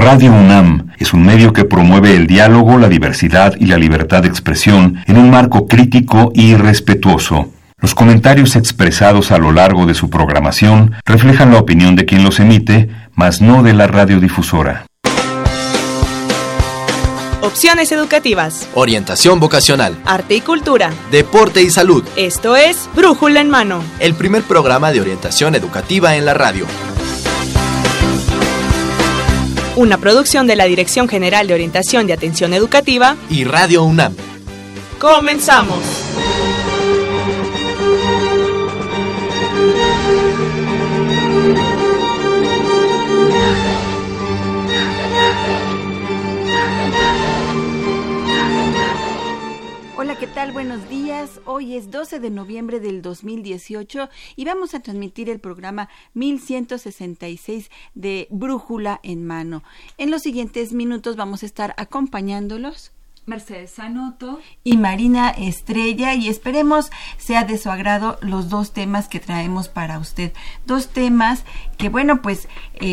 Radio UNAM es un medio que promueve el diálogo, la diversidad y la libertad de expresión en un marco crítico y respetuoso. Los comentarios expresados a lo largo de su programación reflejan la opinión de quien los emite, mas no de la radiodifusora. Opciones educativas, orientación vocacional, arte y cultura, deporte y salud. Esto es Brújula en Mano, el primer programa de orientación educativa en la radio. Una producción de la Dirección General de Orientación de Atención Educativa y Radio UNAM. ¡Comenzamos! Hola, ¿qué tal? Buenos días. Hoy es 12 de noviembre del 2018 y vamos a transmitir el programa 1166 de Brújula en Mano. En los siguientes minutos vamos a estar acompañándolos Mercedes Sanoto y Marina Estrella, y esperemos sea de su agrado los dos temas que traemos para usted. Dos temas que, bueno, pues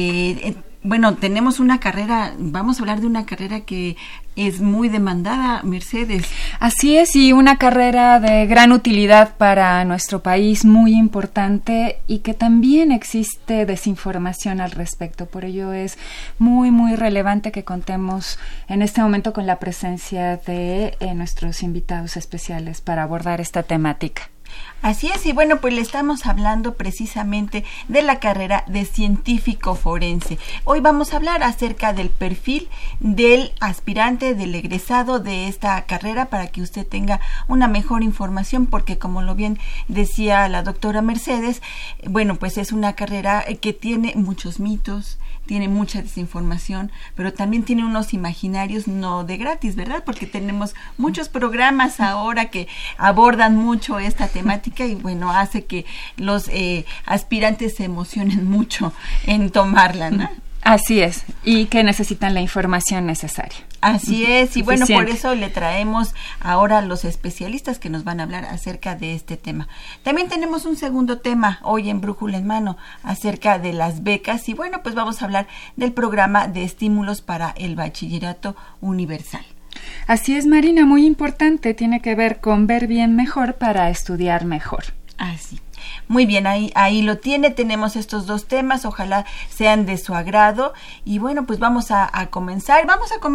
tenemos una carrera, vamos a hablar de una carrera que es muy demandada, Mercedes. Así es, y una carrera de gran utilidad para nuestro país, muy importante, y que también existe desinformación al respecto. Por ello es muy, muy relevante que contemos en este momento con la presencia de nuestros invitados especiales para abordar esta temática. Así es, y bueno, pues le estamos hablando precisamente de la carrera de científico forense. Hoy vamos a hablar acerca del perfil del aspirante, del egresado de esta carrera, para que usted tenga una mejor información, porque como lo bien decía la doctora Mercedes, bueno, pues es una carrera que tiene muchos mitos, tiene mucha desinformación, pero también tiene unos imaginarios no de gratis, ¿verdad? Porque tenemos muchos programas ahora que abordan mucho esta temática y bueno, hace que los aspirantes se emocionen mucho en tomarla, ¿no? Así es, y que necesitan la información necesaria. Así es, y bueno, por eso le traemos ahora a los especialistas que nos van a hablar acerca de este tema. También tenemos un segundo tema hoy en Brújula en Mano acerca de las becas, y bueno, pues vamos a hablar del programa de estímulos para el bachillerato universal. Así es, Marina, muy importante, tiene que ver con ver bien mejor para estudiar mejor. Así. Muy bien, ahí lo tiene, tenemos estos dos temas, ojalá sean de su agrado, y bueno, pues vamos a comenzar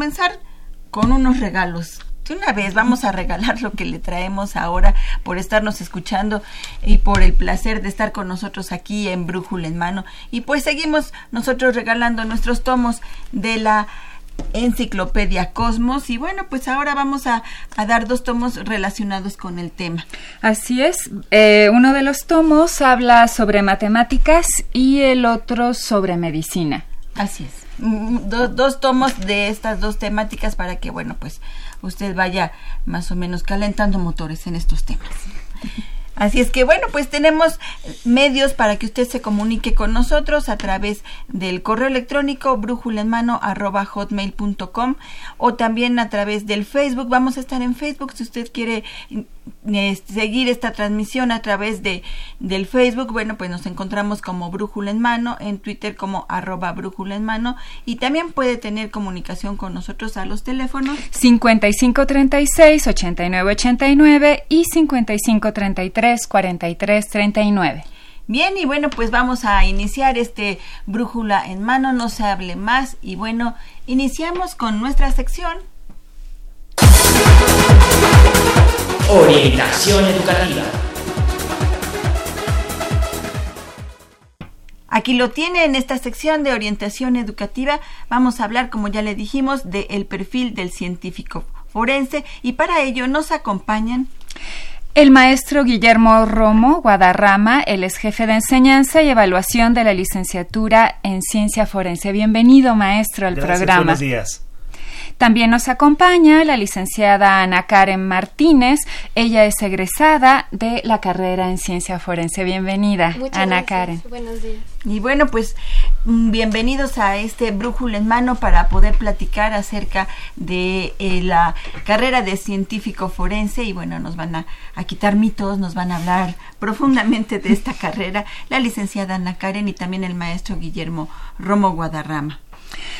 con unos regalos. De una vez vamos a regalar lo que le traemos ahora por estarnos escuchando y por el placer de estar con nosotros aquí en Brújula en Mano, y pues seguimos nosotros regalando nuestros tomos de la Enciclopedia Cosmos, y bueno, pues ahora vamos a dar dos tomos relacionados con el tema. Así es, uno de los tomos habla sobre matemáticas y el otro sobre medicina. Así es, dos tomos de estas dos temáticas para que, bueno, pues usted vaya más o menos calentando motores en estos temas. Así es que, bueno, pues tenemos medios para que usted se comunique con nosotros a través del correo electrónico brujulaenmano@hotmail.com, o también a través del Facebook. Vamos a estar en Facebook si usted quiere seguir esta transmisión a través del Facebook. Bueno, pues nos encontramos como Brújula en Mano, en Twitter como @Brújula en Mano, y también puede tener comunicación con nosotros a los teléfonos 5536-8989 y 5533-4339. Bien, y bueno, pues vamos a iniciar este Brújula en Mano, no se hable más, y bueno, iniciamos con nuestra sección Orientación educativa. Aquí lo tiene, en esta sección de orientación educativa vamos a hablar, como ya le dijimos, del perfil del científico forense, y para ello nos acompañan el maestro Guillermo Romo Guadarrama. Él es jefe de enseñanza y evaluación de la licenciatura en ciencia forense. Bienvenido, maestro, al programa. Buenos días. También nos acompaña la licenciada Ana Karen Martínez. Ella es egresada de la carrera en ciencia forense. Bienvenida, Muchas Ana gracias. Karen. Buenos días. Y bueno, pues bienvenidos a este Brújula en Mano para poder platicar acerca de la carrera de científico forense, y bueno, nos van a quitar mitos, nos van a hablar profundamente de esta carrera la licenciada Ana Karen y también el maestro Guillermo Romo Guadarrama.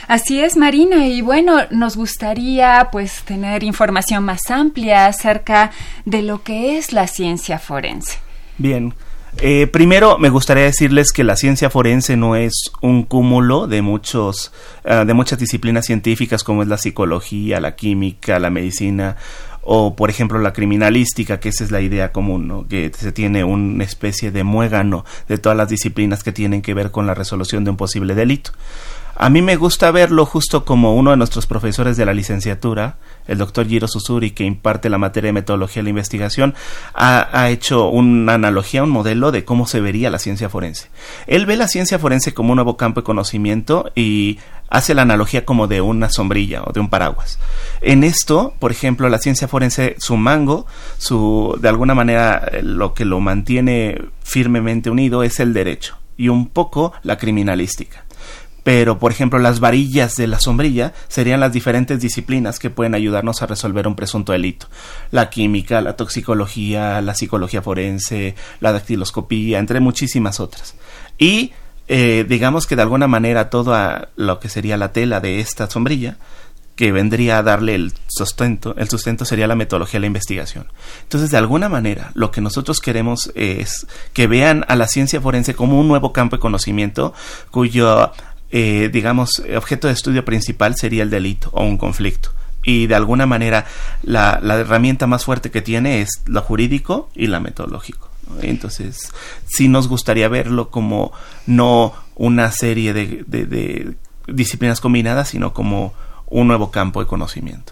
Así es, Marina, y bueno, nos gustaría pues tener información más amplia acerca de lo que es la ciencia forense. Bien, primero me gustaría decirles que la ciencia forense no es un cúmulo de muchas disciplinas científicas como es la psicología, la química, la medicina o por ejemplo la criminalística, que esa es la idea común, ¿no? Que se tiene una especie de muégano de todas las disciplinas que tienen que ver con la resolución de un posible delito. A mí me gusta verlo justo como uno de nuestros profesores de la licenciatura, el doctor Jiro Susuri, que imparte la materia de metodología de la investigación, ha hecho una analogía, un modelo de cómo se vería la ciencia forense. Él ve la ciencia forense como un nuevo campo de conocimiento y hace la analogía como de una sombrilla o de un paraguas. En esto, por ejemplo, la ciencia forense, su mango, de alguna manera lo que lo mantiene firmemente unido es el derecho y un poco la criminalística. Pero, por ejemplo, las varillas de la sombrilla serían las diferentes disciplinas que pueden ayudarnos a resolver un presunto delito. La química, la toxicología, la psicología forense, la dactiloscopía, entre muchísimas otras. Y digamos que de alguna manera todo lo que sería la tela de esta sombrilla, que vendría a darle el sustento sería la metodología de la investigación. Entonces, de alguna manera, lo que nosotros queremos es que vean a la ciencia forense como un nuevo campo de conocimiento cuyo objeto de estudio principal sería el delito o un conflicto. Y de alguna manera la herramienta más fuerte que tiene es lo jurídico y la metodológico. Entonces, sí nos gustaría verlo como no una serie de disciplinas combinadas, sino como un nuevo campo de conocimiento.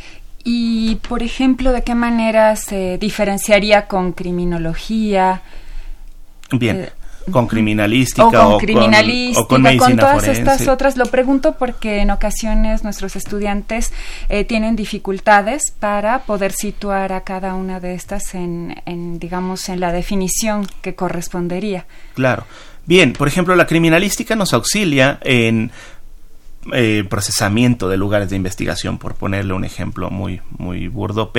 Y, por ejemplo, ¿de qué manera se diferenciaría con criminología? Bien. Con criminalística o con medicina con todas forense. Estas otras. Lo pregunto porque en ocasiones nuestros estudiantes tienen dificultades para poder situar a cada una de estas en la definición que correspondería. Claro. Bien, por ejemplo, la criminalística nos auxilia en procesamiento de lugares de investigación, por ponerle un ejemplo muy, muy burdo,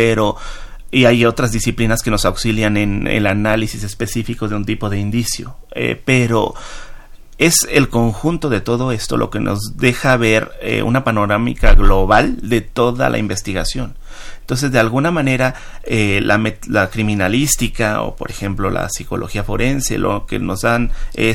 y hay otras disciplinas que nos auxilian en el análisis específico de un tipo de indicio, pero es el conjunto de todo esto lo que nos deja ver una panorámica global de toda la investigación. Entonces, de alguna manera, la criminalística o, por ejemplo, la psicología forense lo que nos dan es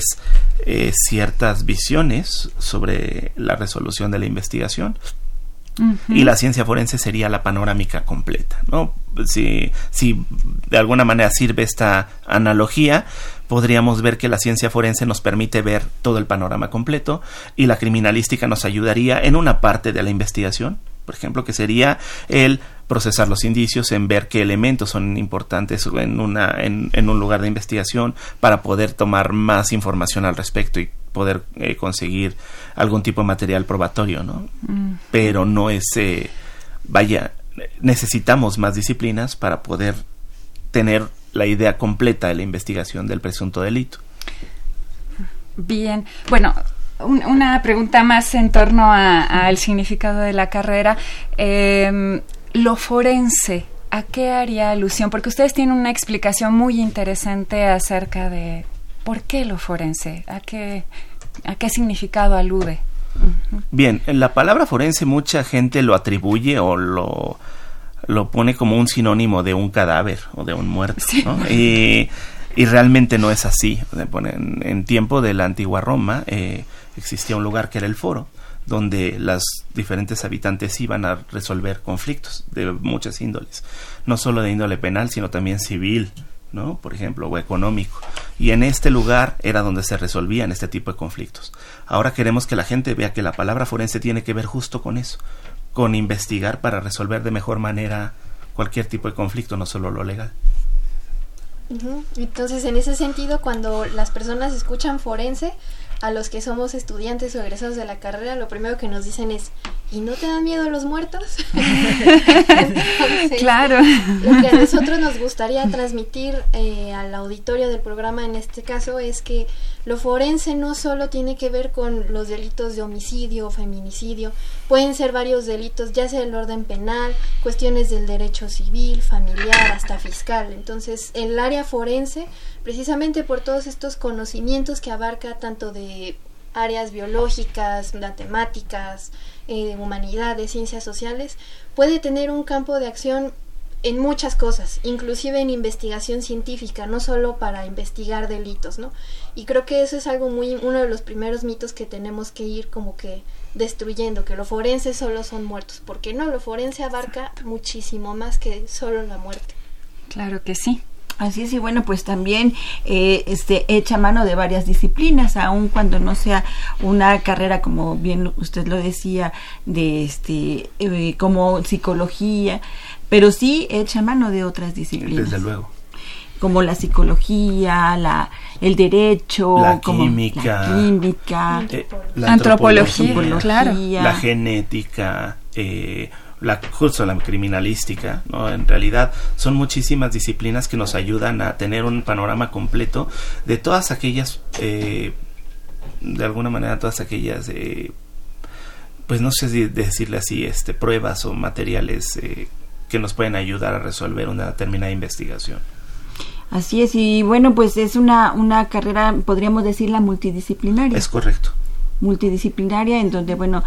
ciertas visiones sobre la resolución de la investigación. Uh-huh. Y la ciencia forense sería la panorámica completa, ¿no? Si de alguna manera sirve esta analogía, podríamos ver que la ciencia forense nos permite ver todo el panorama completo y la criminalística nos ayudaría en una parte de la investigación, por ejemplo, que sería el procesar los indicios, en ver qué elementos son importantes en un lugar de investigación para poder tomar más información al respecto y poder conseguir algún tipo de material probatorio, ¿no? Pero no es necesitamos más disciplinas para poder tener la idea completa de la investigación del presunto delito. Bien, bueno, una pregunta más en torno al significado de la carrera. Lo forense, ¿a qué haría alusión? Porque ustedes tienen una explicación muy interesante acerca de por qué lo forense, a qué significado alude. Uh-huh. Bien, en la palabra forense mucha gente lo atribuye o lo pone como un sinónimo de un cadáver o de un muerto, sí, ¿no? Y realmente no es así. En tiempo de la antigua Roma existía un lugar que era el foro, donde las diferentes habitantes iban a resolver conflictos de muchas índoles, no solo de índole penal, sino también civil, ¿no? Por ejemplo, o económico. Y en este lugar era donde se resolvían este tipo de conflictos. Ahora queremos que la gente vea que la palabra forense tiene que ver justo con eso, con investigar para resolver de mejor manera cualquier tipo de conflicto, no solo lo legal. Uh-huh. Entonces, en ese sentido, cuando las personas escuchan forense, a los que somos estudiantes o egresados de la carrera, lo primero que nos dicen es: ¿y no te dan miedo los muertos? Entonces, claro. Lo que a nosotros nos gustaría transmitir al auditorio del programa en este caso es que lo forense no solo tiene que ver con los delitos de homicidio o feminicidio, pueden ser varios delitos, ya sea el orden penal, cuestiones del derecho civil, familiar, hasta fiscal. Entonces, el área forense, precisamente por todos estos conocimientos que abarca tanto de áreas biológicas, matemáticas, humanidades, ciencias sociales, puede tener un campo de acción en muchas cosas, inclusive en investigación científica, no solo para investigar delitos, ¿no? Y creo que eso es algo uno de los primeros mitos que tenemos que ir como que destruyendo, que lo forense solo son muertos, porque no, lo forense abarca muchísimo más que solo la muerte. Claro que sí. Así es, y bueno, pues también echa mano de varias disciplinas, aun cuando no sea una carrera, como bien usted lo decía, de como psicología, pero sí echa mano de otras disciplinas. Desde luego. Como la psicología, el derecho, la como química, la antropología, claro, la genética, justo la criminalística, ¿no? En realidad son muchísimas disciplinas que nos ayudan a tener un panorama completo de todas aquellas, de alguna manera todas aquellas, pues no sé si decirle así, pruebas o materiales que nos pueden ayudar a resolver una determinada investigación. Así es, y bueno, pues es una carrera, podríamos decirla, multidisciplinaria. Es correcto. Multidisciplinaria, en donde, bueno,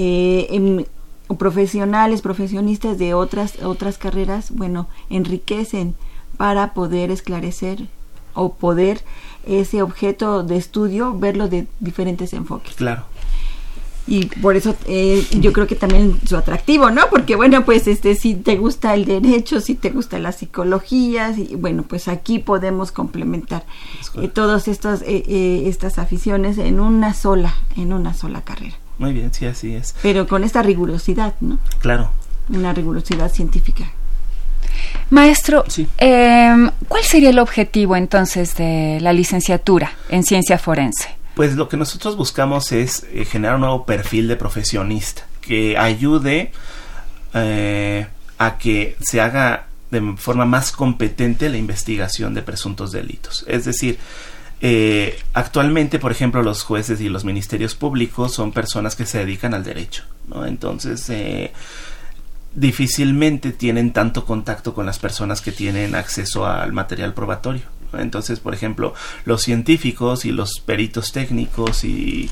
profesionistas de otras carreras, bueno, enriquecen para poder esclarecer o poder ese objeto de estudio verlo de diferentes enfoques. Claro. Y por eso yo creo que también su atractivo, ¿no? Porque bueno, pues si te gusta el derecho, si te gusta la psicología, bueno, pues aquí podemos complementar todas estas aficiones en una sola carrera. Muy bien, sí, así es. Pero con esta rigurosidad, ¿no? Claro. Una rigurosidad científica. Maestro, sí. ¿Cuál sería el objetivo entonces de la licenciatura en ciencia forense? Pues lo que nosotros buscamos es generar un nuevo perfil de profesionista que ayude a que se haga de forma más competente la investigación de presuntos delitos. Es decir, actualmente, por ejemplo, los jueces y los ministerios públicos son personas que se dedican al derecho, ¿no? Entonces, difícilmente tienen tanto contacto con las personas que tienen acceso al material probatorio. Entonces, por ejemplo, los científicos y los peritos técnicos y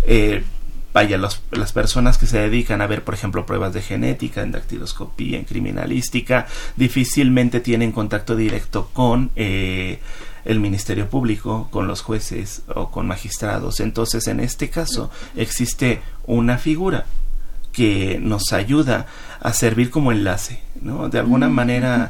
las personas que se dedican a ver, por ejemplo, pruebas de genética, en dactiloscopía, en criminalística, difícilmente tienen contacto directo con el Ministerio Público, con los jueces o con magistrados. Entonces, en este caso, existe una figura que nos ayuda a servir como enlace, ¿no? De alguna manera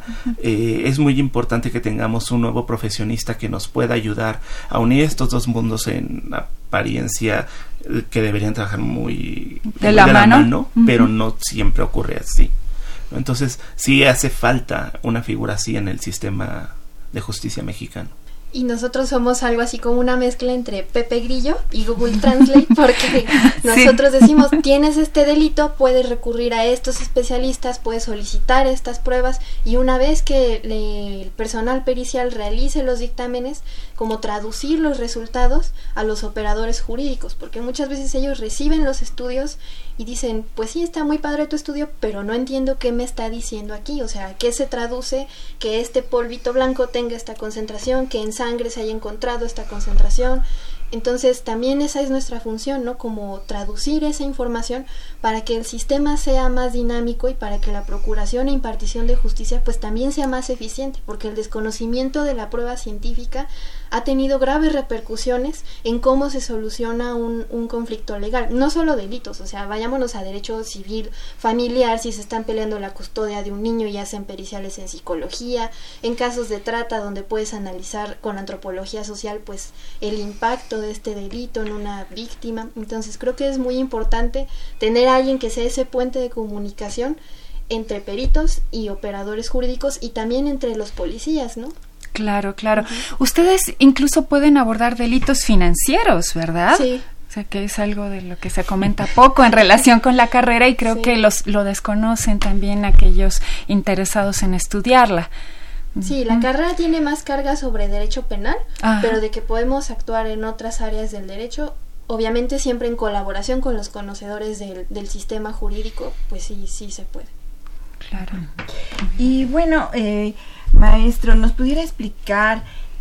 es muy importante que tengamos un nuevo profesionista que nos pueda ayudar a unir estos dos mundos en apariencia que deberían trabajar muy de la mano, pero no siempre ocurre así. Entonces sí hace falta una figura así en el sistema de justicia mexicano. Y nosotros somos algo así como una mezcla entre Pepe Grillo y Google Translate, porque nosotros decimos, tienes este delito, puedes recurrir a estos especialistas, puedes solicitar estas pruebas, y una vez que el personal pericial realice los dictámenes, como traducir los resultados a los operadores jurídicos, porque muchas veces ellos reciben los estudios y dicen, pues sí, está muy padre tu estudio, pero no entiendo qué me está diciendo aquí, o sea, ¿qué se traduce que este polvito blanco tenga esta concentración, que en sangre se haya encontrado esta concentración? Entonces también esa es nuestra función, ¿no? Como traducir esa información para que el sistema sea más dinámico y para que la procuración e impartición de justicia pues también sea más eficiente, porque el desconocimiento de la prueba científica ha tenido graves repercusiones en cómo se soluciona un conflicto legal, no solo delitos, o sea, vayámonos a derecho civil, familiar, si se están peleando la custodia de un niño y hacen periciales en psicología, en casos de trata donde puedes analizar con antropología social pues el impacto de este delito en una víctima. Entonces creo que es muy importante tener a alguien que sea ese puente de comunicación entre peritos y operadores jurídicos y también entre los policías, ¿no? Claro, claro. Ustedes incluso pueden abordar delitos financieros, ¿verdad? Sí. O sea, que es algo de lo que se comenta poco en relación con la carrera y creo que lo desconocen también aquellos interesados en estudiarla. Sí, la carrera tiene más carga sobre derecho penal, pero de que podemos actuar en otras áreas del derecho, obviamente siempre en colaboración con los conocedores del sistema jurídico, pues sí se puede. Claro. Y bueno, maestro, ¿nos pudiera explicar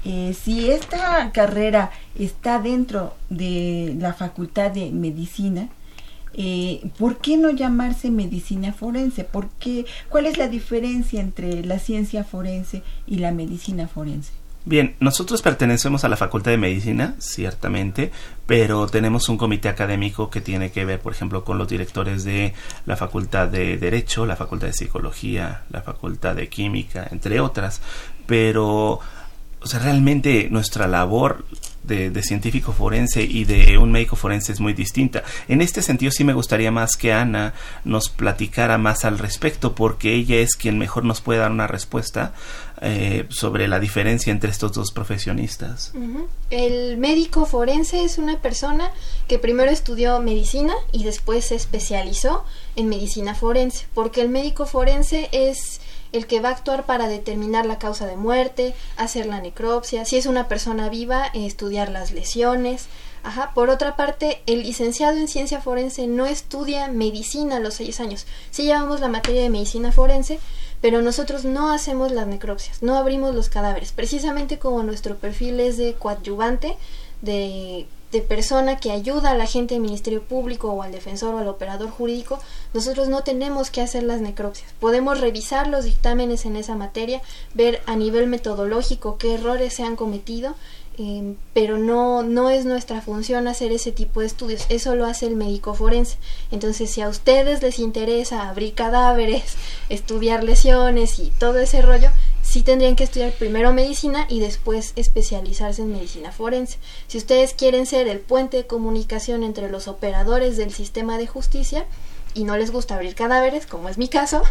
si esta carrera está dentro de la Facultad de Medicina, ¿por qué no llamarse medicina forense? ¿Cuál es la diferencia entre la ciencia forense y la medicina forense? Bien, nosotros pertenecemos a la Facultad de Medicina, ciertamente, pero tenemos un comité académico que tiene que ver, por ejemplo, con los directores de la Facultad de Derecho, la Facultad de Psicología, la Facultad de Química, entre otras. Pero, o sea, realmente nuestra labor de científico forense y de un médico forense es muy distinta. En este sentido sí me gustaría más que Ana nos platicara más al respecto, porque ella es quien mejor nos puede dar una respuesta sobre la diferencia entre estos dos profesionistas. El médico forense es una persona que primero estudió medicina y después se especializó en medicina forense, porque el médico forense es el que va a actuar para determinar la causa de muerte, hacer la necropsia, si es una persona viva, estudiar las lesiones. Por otra parte, el licenciado en ciencia forense no estudia medicina a los 6 años. Sí llevamos la materia de medicina forense, pero nosotros no hacemos las necropsias, no abrimos los cadáveres. Precisamente como nuestro perfil es de coadyuvante, de persona que ayuda al agente del Ministerio Público o al defensor o al operador jurídico, nosotros no tenemos que hacer las necropsias. Podemos revisar los dictámenes en esa materia, ver a nivel metodológico qué errores se han cometido, pero no es nuestra función hacer ese tipo de estudios. Eso lo hace el médico forense. Entonces, si a ustedes les interesa abrir cadáveres, estudiar lesiones y todo ese rollo, sí tendrían que estudiar primero medicina y después especializarse en medicina forense. Si ustedes quieren ser el puente de comunicación entre los operadores del sistema de justicia y no les gusta abrir cadáveres, como es mi caso,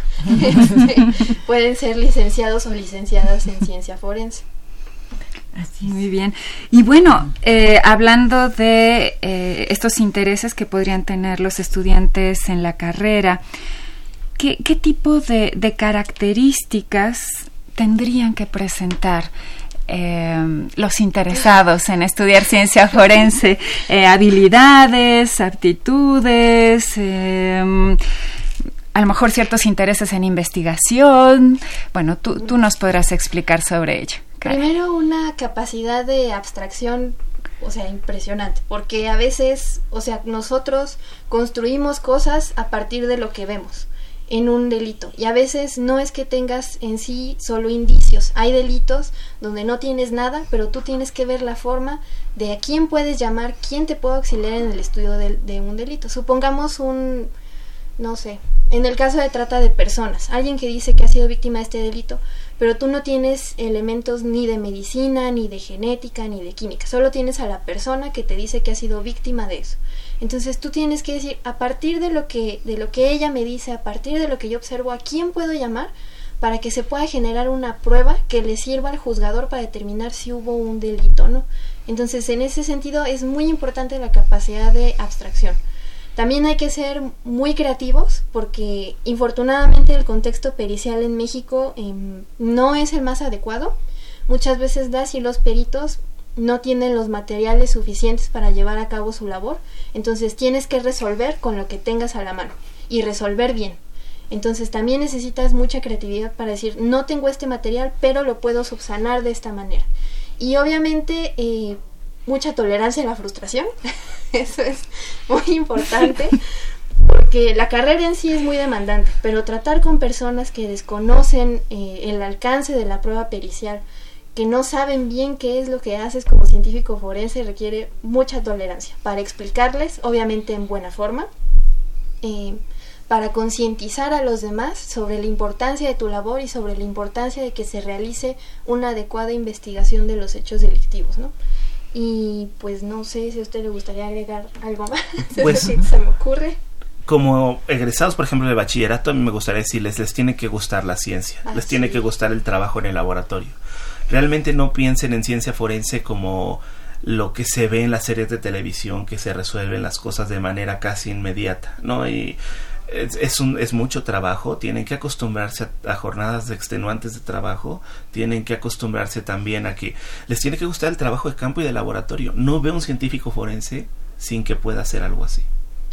pueden ser licenciados o licenciadas en ciencia forense. Así, muy bien. Y bueno, hablando de estos intereses que podrían tener los estudiantes en la carrera, ¿qué tipo de características tendrían que presentar los interesados en estudiar ciencia forense? Habilidades, aptitudes, a lo mejor ciertos intereses en investigación. Bueno, tú nos podrás explicar sobre ello. Primero, una capacidad de abstracción, impresionante, porque a veces, nosotros construimos cosas a partir de lo que vemos en un delito, y a veces no es que tengas en sí solo indicios. Hay delitos donde no tienes nada, pero tú tienes que ver la forma de a quién puedes llamar, quién te puede auxiliar en el estudio de un delito. Supongamos en el caso de trata de personas, alguien que dice que ha sido víctima de este delito, pero tú no tienes elementos ni de medicina, ni de genética, ni de química, solo tienes a la persona que te dice que ha sido víctima de eso. Entonces tú tienes que decir, a partir de lo que ella me dice, a partir de lo que yo observo, ¿a quién puedo llamar para que se pueda generar una prueba que le sirva al juzgador para determinar si hubo un delito o no? Entonces, en ese sentido es muy importante la capacidad de abstracción. También hay que ser muy creativos, porque infortunadamente el contexto pericial en México no es el más adecuado. Muchas veces y los peritos no tienen los materiales suficientes para llevar a cabo su labor, entonces tienes que resolver con lo que tengas a la mano y resolver bien. Entonces también necesitas mucha creatividad para decir, no tengo este material, pero lo puedo subsanar de esta manera. Y obviamente mucha tolerancia a la frustración. Eso es muy importante, porque la carrera en sí es muy demandante, pero tratar con personas que desconocen el alcance de la prueba pericial, que no saben bien qué es lo que haces como científico forense, requiere mucha tolerancia para explicarles, obviamente en buena forma, para concientizar a los demás sobre la importancia de tu labor y sobre la importancia de que se realice una adecuada investigación de los hechos delictivos, ¿no? Y pues no sé si a usted le gustaría agregar algo más. Pues, se me ocurre. Como egresados, por ejemplo, de bachillerato, a mí me gustaría decirles, les tiene que gustar la ciencia, les tiene que gustar el trabajo en el laboratorio. Realmente no piensen en ciencia forense como lo que se ve en las series de televisión, que se resuelven las cosas de manera casi inmediata, ¿no? Y es mucho trabajo, tienen que acostumbrarse a jornadas extenuantes de trabajo, tienen que acostumbrarse también a que les tiene que gustar el trabajo de campo y de laboratorio. No veo un científico forense sin que pueda hacer algo así.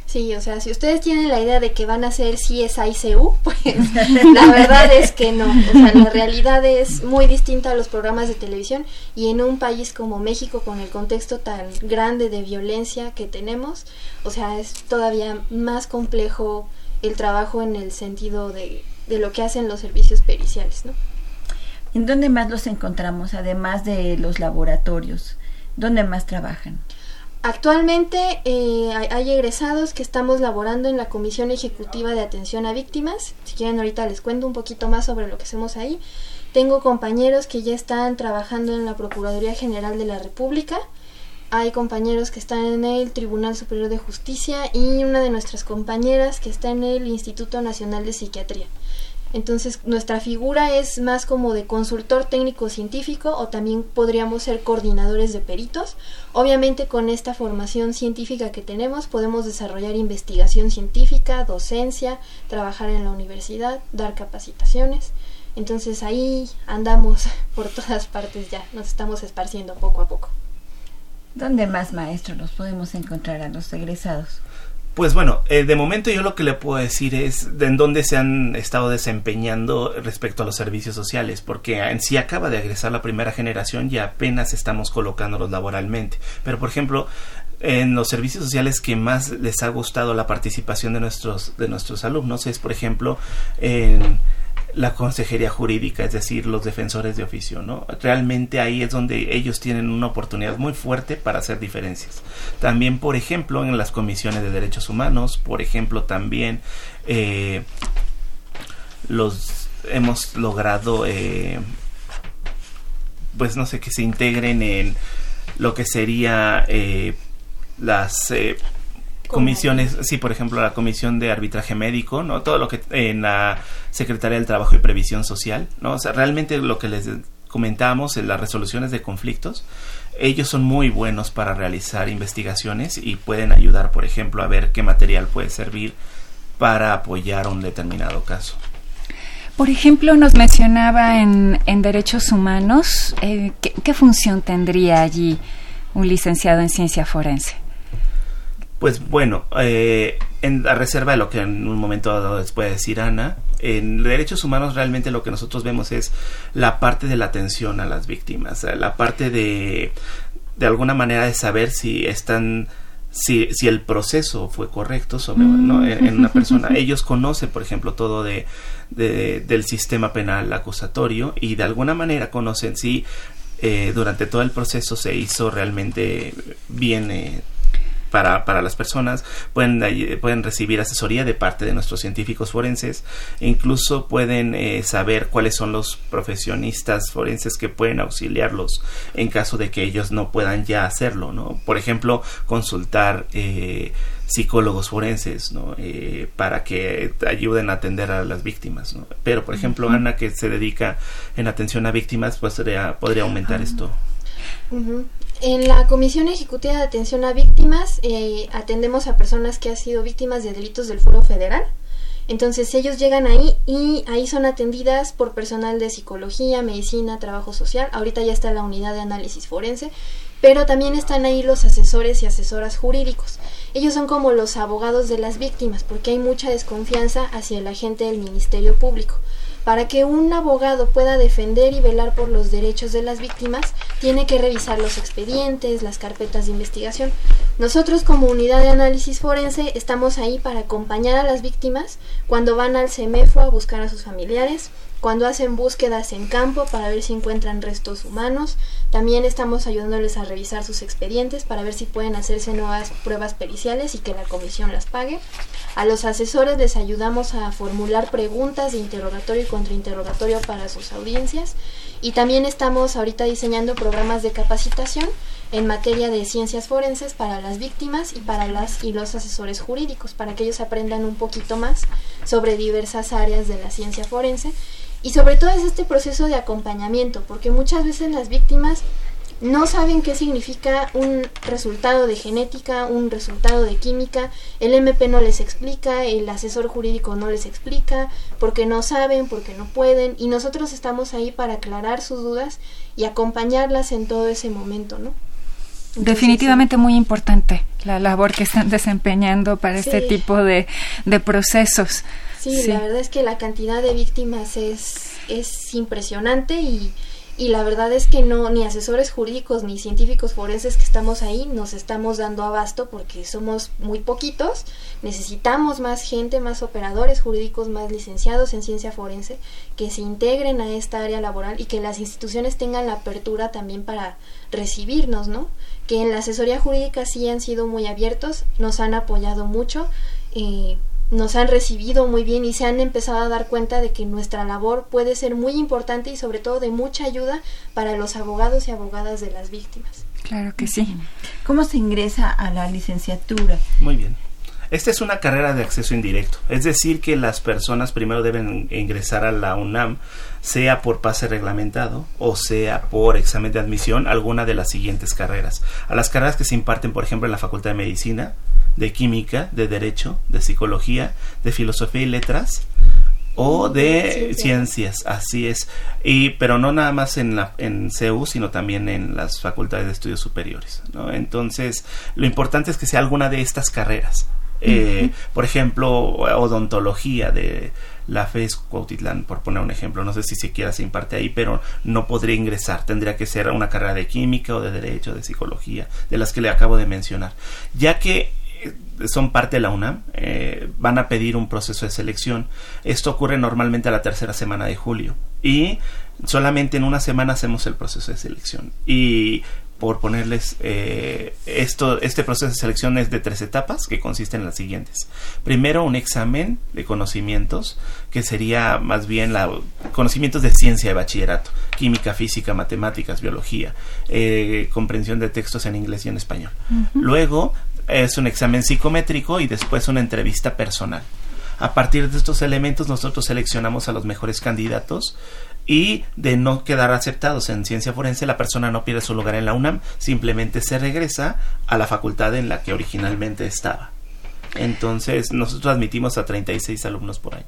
Sí, o sea, si ustedes tienen la idea de que van a hacer CSI-CU, pues la verdad es que no. O sea, la realidad es muy distinta a los programas de televisión, y en un país como México, con el contexto tan grande de violencia que tenemos, o sea, es todavía más complejo el trabajo en el sentido de lo que hacen los servicios periciales, ¿no? ¿En dónde más los encontramos, además de los laboratorios? ¿Dónde más trabajan? Actualmente hay egresados que estamos laborando en la Comisión Ejecutiva de Atención a Víctimas. Si quieren, ahorita les cuento un poquito más sobre lo que hacemos ahí. Tengo compañeros que ya están trabajando en la Procuraduría General de la República. Hay compañeros que están en el Tribunal Superior de Justicia y una de nuestras compañeras que está en el Instituto Nacional de Psiquiatría. Entonces, nuestra figura es más como de consultor técnico científico, o también podríamos ser coordinadores de peritos. Obviamente, con esta formación científica que tenemos, podemos desarrollar investigación científica, docencia, trabajar en la universidad, dar capacitaciones. Entonces, ahí andamos por todas partes ya, nos estamos esparciendo poco a poco. ¿Dónde más, maestro, los podemos encontrar a los egresados? Pues bueno, de momento yo lo que le puedo decir es en dónde se han estado desempeñando respecto a los servicios sociales, porque en sí acaba de egresar la primera generación y apenas estamos colocándolos laboralmente. Pero, por ejemplo, en los servicios sociales que más les ha gustado la participación de nuestros alumnos es, por ejemplo, en la consejería jurídica, es decir, los defensores de oficio, ¿no? Realmente ahí es donde ellos tienen una oportunidad muy fuerte para hacer diferencias. También, por ejemplo, en las comisiones de derechos humanos, por ejemplo, también hemos logrado, pues no sé, que se integren en lo que sería las comisiones, sí, por ejemplo, la comisión de arbitraje médico, ¿no? Todo lo que en la Secretaría del Trabajo y Previsión Social, ¿no? O sea, realmente lo que les comentábamos en las resoluciones de conflictos, ellos son muy buenos para realizar investigaciones y pueden ayudar, por ejemplo, a ver qué material puede servir para apoyar un determinado caso. Por ejemplo, nos mencionaba en derechos humanos, ¿qué función tendría allí un licenciado en ciencia forense? Pues bueno, en la reserva de lo que en un momento dado les puede decir Ana, en derechos humanos realmente lo que nosotros vemos es la parte de la atención a las víctimas, la parte de alguna manera de saber si el proceso fue correcto sobre, ¿no? en una persona. Ellos conocen, por ejemplo, todo del sistema penal acusatorio y de alguna manera conocen si durante todo el proceso se hizo realmente bien para las personas. Pueden recibir asesoría de parte de nuestros científicos forenses e incluso pueden saber cuáles son los profesionistas forenses que pueden auxiliarlos en caso de que ellos no puedan ya hacerlo, ¿no? Por ejemplo, consultar psicólogos forenses, ¿no? Para que ayuden a atender a las víctimas, ¿no? Pero, por ejemplo, Ana, que se dedica en atención a víctimas, pues podría aumentar esto. En la Comisión Ejecutiva de Atención a Víctimas atendemos a personas que han sido víctimas de delitos del Fuero Federal. Entonces ellos llegan ahí y ahí son atendidas por personal de psicología, medicina, trabajo social. Ahorita ya está la unidad de análisis forense, pero también están ahí los asesores y asesoras jurídicos. Ellos son como los abogados de las víctimas, porque hay mucha desconfianza hacia el agente del Ministerio Público. Para que un abogado pueda defender y velar por los derechos de las víctimas, tiene que revisar los expedientes, las carpetas de investigación. Nosotros, como unidad de análisis forense, estamos ahí para acompañar a las víctimas cuando van al CEMEFO a buscar a sus familiares, cuando hacen búsquedas en campo para ver si encuentran restos humanos. También estamos ayudándoles a revisar sus expedientes para ver si pueden hacerse nuevas pruebas periciales y que la comisión las pague. A los asesores les ayudamos a formular preguntas de interrogatorio y contrainterrogatorio para sus audiencias. Y también estamos ahorita diseñando programas de capacitación en materia de ciencias forenses para las víctimas y para las y los asesores jurídicos, para que ellos aprendan un poquito más sobre diversas áreas de la ciencia forense. Y sobre todo es este proceso de acompañamiento, porque muchas veces las víctimas no saben qué significa un resultado de genética, un resultado de química. El MP no les explica, el asesor jurídico no les explica, porque no saben, porque no pueden, y nosotros estamos ahí para aclarar sus dudas y acompañarlas en todo ese momento, ¿no? Definitivamente muy importante la labor que están desempeñando para este tipo de procesos. Sí, la verdad es que la cantidad de víctimas es impresionante y la verdad es que no, ni asesores jurídicos ni científicos forenses que estamos ahí nos estamos dando abasto porque somos muy poquitos. Necesitamos más gente, más operadores jurídicos, más licenciados en ciencia forense que se integren a esta área laboral y que las instituciones tengan la apertura también para recibirnos, ¿no? Que en la asesoría jurídica sí han sido muy abiertos, nos han apoyado mucho, nos han recibido muy bien y se han empezado a dar cuenta de que nuestra labor puede ser muy importante y sobre todo de mucha ayuda para los abogados y abogadas de las víctimas. Claro que sí. ¿Cómo se ingresa a la licenciatura? Muy bien. Esta es una carrera de acceso indirecto, es decir que las personas primero deben ingresar a la UNAM, sea por pase reglamentado o sea por examen de admisión, alguna de las siguientes carreras. A las carreras que se imparten, por ejemplo, en la Facultad de Medicina, de Química, de Derecho, de Psicología, de Filosofía y Letras o de Ciencias, así es. Pero no nada más en CEU, sino también en las Facultades de Estudios Superiores, ¿no? Entonces, lo importante es que sea alguna de estas carreras. Por ejemplo, odontología de la FES Cuautitlán, por poner un ejemplo, no sé si siquiera se imparte ahí, pero no podría ingresar, tendría que ser una carrera de química o de derecho, de psicología, de las que le acabo de mencionar, ya que son parte de la UNAM, van a pedir un proceso de selección. Esto ocurre normalmente a la tercera semana de julio y solamente en una semana hacemos el proceso de selección. Y por ponerles este proceso de selección es de 3 etapas que consisten en las siguientes. Primero, un examen de conocimientos, que sería más bien conocimientos de ciencia de bachillerato, química, física, matemáticas, biología, comprensión de textos en inglés y en español. Luego es un examen psicométrico y después una entrevista personal. A partir de estos elementos nosotros seleccionamos a los mejores candidatos y de no quedar aceptados en ciencia forense, la persona no pierde su lugar en la UNAM, simplemente se regresa a la facultad en la que originalmente estaba. Entonces nosotros admitimos a 36 alumnos por año.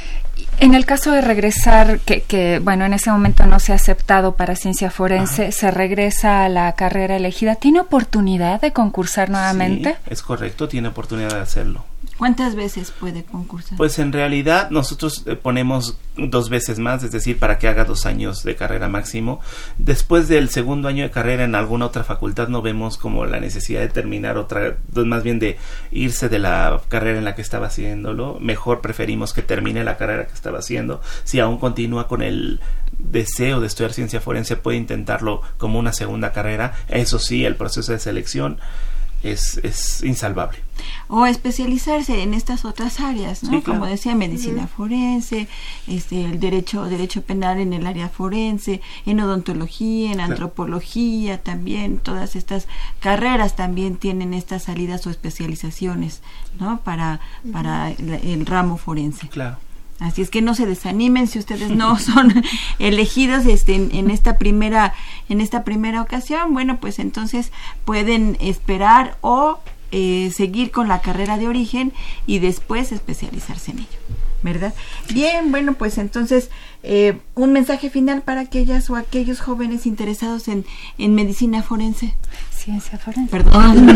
En el caso de regresar, que bueno, en ese momento no se ha aceptado para ciencia forense, se regresa a la carrera elegida, ¿tiene oportunidad de concursar nuevamente? Sí, es correcto, tiene oportunidad de hacerlo. ¿Cuántas veces puede concursar? Pues en realidad nosotros ponemos 2 veces más, es decir, para que haga 2 años de carrera máximo. Después del segundo año de carrera en alguna otra facultad no vemos como la necesidad de terminar más bien de irse de la carrera en la que estaba haciéndolo. Mejor preferimos que termine la carrera que estaba haciendo. Si aún continúa con el deseo de estudiar ciencia forense, puede intentarlo como una segunda carrera. Eso sí, el proceso de selección es insalvable. O especializarse en estas otras áreas, ¿no? Sí, claro. Como decía, medicina forense, el derecho penal en el área forense, en odontología, en antropología también. Todas estas carreras también tienen estas salidas o especializaciones, ¿no? Para el ramo forense. Claro. Así es que no se desanimen si ustedes no son elegidos en esta primera ocasión. Bueno, pues entonces pueden esperar o seguir con la carrera de origen y después especializarse en ello, ¿verdad? Bien, bueno, pues entonces un mensaje final para aquellas o aquellos jóvenes interesados en medicina forense. Ciencia forense. Perdón.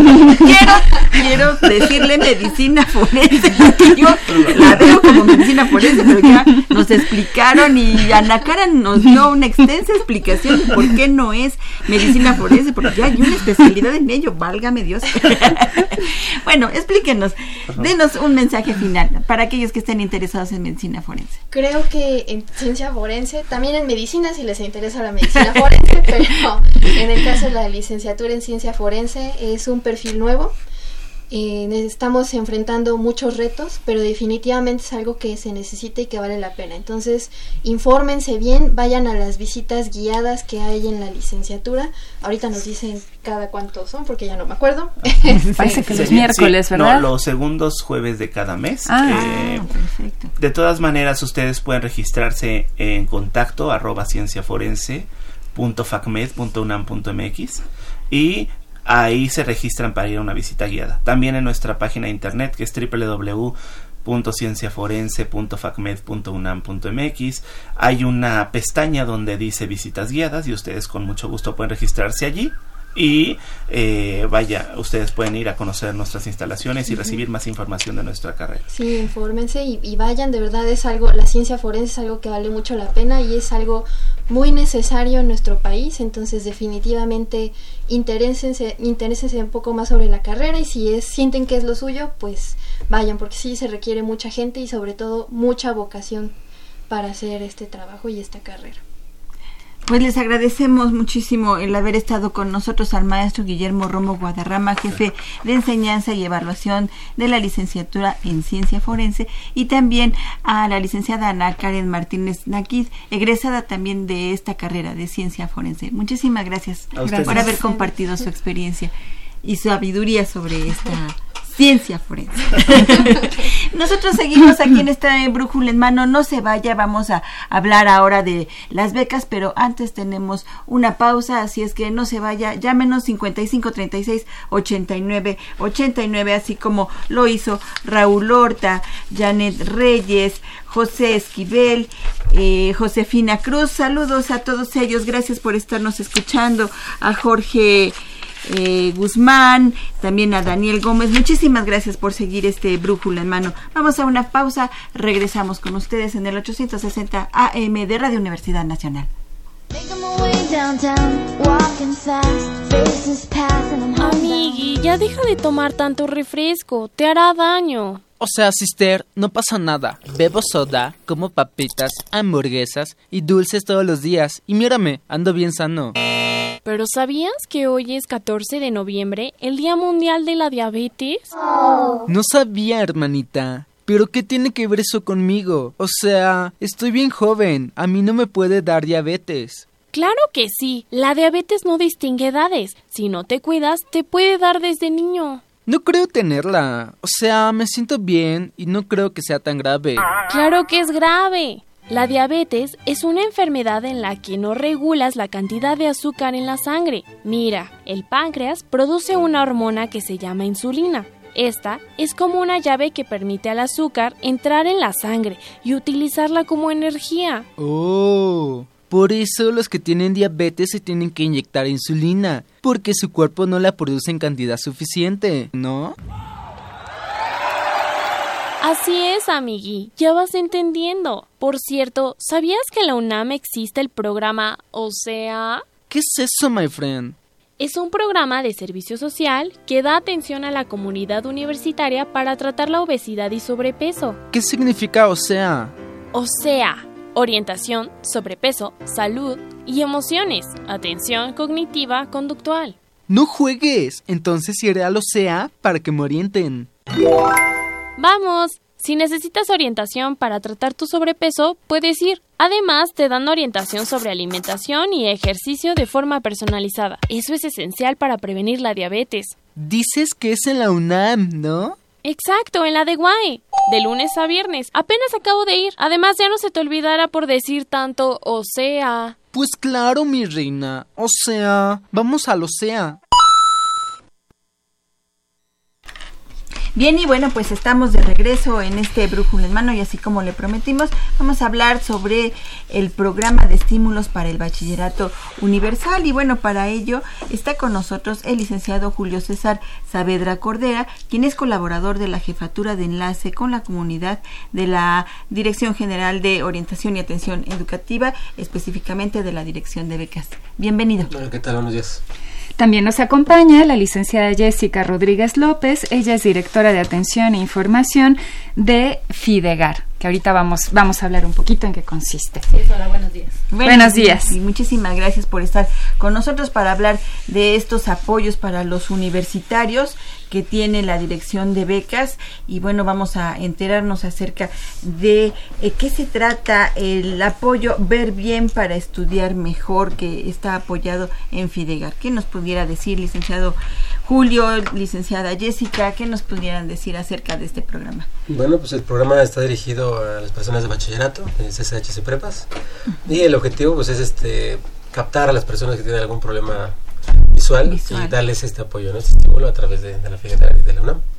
quiero decirle medicina forense, porque yo la veo como medicina forense, pero ya nos explicaron y Ana Karen nos dio una extensa explicación de por qué no es medicina forense, porque ya hay una especialidad en ello, válgame Dios. Bueno, explíquenos, denos un mensaje final para aquellos que estén interesados en medicina forense. Creo que en ciencia forense, también en medicina si les interesa la medicina forense, pero en el caso de la licenciatura en ciencia forense es un perfil nuevo. Estamos enfrentando muchos retos, pero definitivamente es algo que se necesita y que vale la pena. Entonces, infórmense bien, vayan a las visitas guiadas que hay en la licenciatura. Ahorita nos dicen cada cuántos son, porque ya no me acuerdo. Parece que los miércoles, ¿verdad? No, los segundos jueves de cada mes. Perfecto. De todas maneras, ustedes pueden registrarse en contacto @cienciaforense.facmed.unam.mx y ahí se registran para ir a una visita guiada. También en nuestra página de internet, que es www.cienciaforense.facmed.unam.mx, hay una pestaña donde dice visitas guiadas y ustedes con mucho gusto pueden registrarse allí y ustedes pueden ir a conocer nuestras instalaciones y recibir más información de nuestra carrera. Sí, infórmense y vayan, de verdad es algo, la ciencia forense es algo que vale mucho la pena y es algo muy necesario en nuestro país, entonces definitivamente interésense un poco más sobre la carrera y si sienten que es lo suyo, pues vayan, porque sí se requiere mucha gente y sobre todo mucha vocación para hacer este trabajo y esta carrera. Pues les agradecemos muchísimo el haber estado con nosotros al maestro Guillermo Romo Guadarrama, jefe de enseñanza y evaluación de la licenciatura en ciencia forense, y también a la licenciada Ana Karen Martínez Naquid, egresada también de esta carrera de ciencia forense. Muchísimas gracias por haber compartido su experiencia y su sabiduría sobre esta ciencia forense. Nosotros seguimos aquí en esta Brújula en Mano. No se vaya, vamos a hablar ahora de las becas, pero antes tenemos una pausa, así es que no se vaya. Llámenos 55 36 89 89, así como lo hizo Raúl Horta, Janet Reyes, José Esquivel, Josefina Cruz. Saludos a todos ellos, gracias por estarnos escuchando. A Jorge Guzmán, también a Daniel Gómez, muchísimas gracias por seguir este Brújula en Mano. Vamos a una pausa, regresamos con ustedes en el 860 AM de Radio Universidad Nacional. Amigui, ya deja de tomar tanto refresco, te hará daño. O sea, sister, no pasa nada. Bebo soda, como papitas, hamburguesas y dulces todos los días. Y mírame, ando bien sano. ¿Pero sabías que hoy es 14 de noviembre, el Día Mundial de la Diabetes? No sabía, hermanita. ¿Pero qué tiene que ver eso conmigo? O sea, estoy bien joven, a mí no me puede dar diabetes. Claro que sí, la diabetes no distingue edades. Si no te cuidas, te puede dar desde niño. No creo tenerla. O sea, me siento bien y no creo que sea tan grave. ¡Claro que es grave! La diabetes es una enfermedad en la que no regulas la cantidad de azúcar en la sangre. Mira, el páncreas produce una hormona que se llama insulina. Esta es como una llave que permite al azúcar entrar en la sangre y utilizarla como energía. ¡Oh! Por eso los que tienen diabetes se tienen que inyectar insulina, porque su cuerpo no la produce en cantidad suficiente, ¿no? Así es, amigui, ya vas entendiendo. Por cierto, ¿sabías que en la UNAM existe el programa OSEA? ¿Qué es eso, my friend? Es un programa de servicio social que da atención a la comunidad universitaria para tratar la obesidad y sobrepeso. ¿Qué significa OSEA? OSEA, orientación, sobrepeso, salud y emociones, atención cognitiva conductual. ¡No juegues! Entonces iré al OSEA para que me orienten. ¡Vamos! Si necesitas orientación para tratar tu sobrepeso, puedes ir. Además, te dan orientación sobre alimentación y ejercicio de forma personalizada. Eso es esencial para prevenir la diabetes. Dices que es en la UNAM, ¿no? Exacto, en la de Guay. De lunes a viernes. Apenas acabo de ir. Además, ya no se te olvidara por decir tanto OSEA. Pues claro, mi reina. OSEA. Vamos al OSEA. Bien, y bueno, pues estamos de regreso en este Brújula en Mano y así como le prometimos, vamos a hablar sobre el programa de estímulos para el bachillerato universal. Y bueno, para ello está con nosotros el licenciado Julio César Saavedra Cordera, quien es colaborador de la Jefatura de Enlace con la Comunidad de la Dirección General de Orientación y Atención Educativa, específicamente de la Dirección de Becas. Bienvenido. Hola, ¿qué tal? Buenos días. También nos acompaña la licenciada Jessica Rodríguez López. Ella es directora de Atención e Información de FIDEGAR, que ahorita vamos a hablar un poquito en qué consiste. Sí, hola, buenos días. Buenos días. Y muchísimas gracias por estar con nosotros para hablar de estos apoyos para los universitarios que tiene la Dirección de Becas. Y bueno, vamos a enterarnos acerca de qué se trata el apoyo Ver Bien para Estudiar Mejor, que está apoyado en FIDEGAR. ¿Qué nos pudiera decir, licenciado Julio, licenciada Jessica, qué nos pudieran decir acerca de este programa? Bueno, pues el programa está dirigido a las personas de bachillerato, de CCHs y prepas, y el objetivo pues es captar a las personas que tienen algún problema visual y darles este apoyo, ¿no? Este estímulo a través de la FIDEGAR y de la UNAM.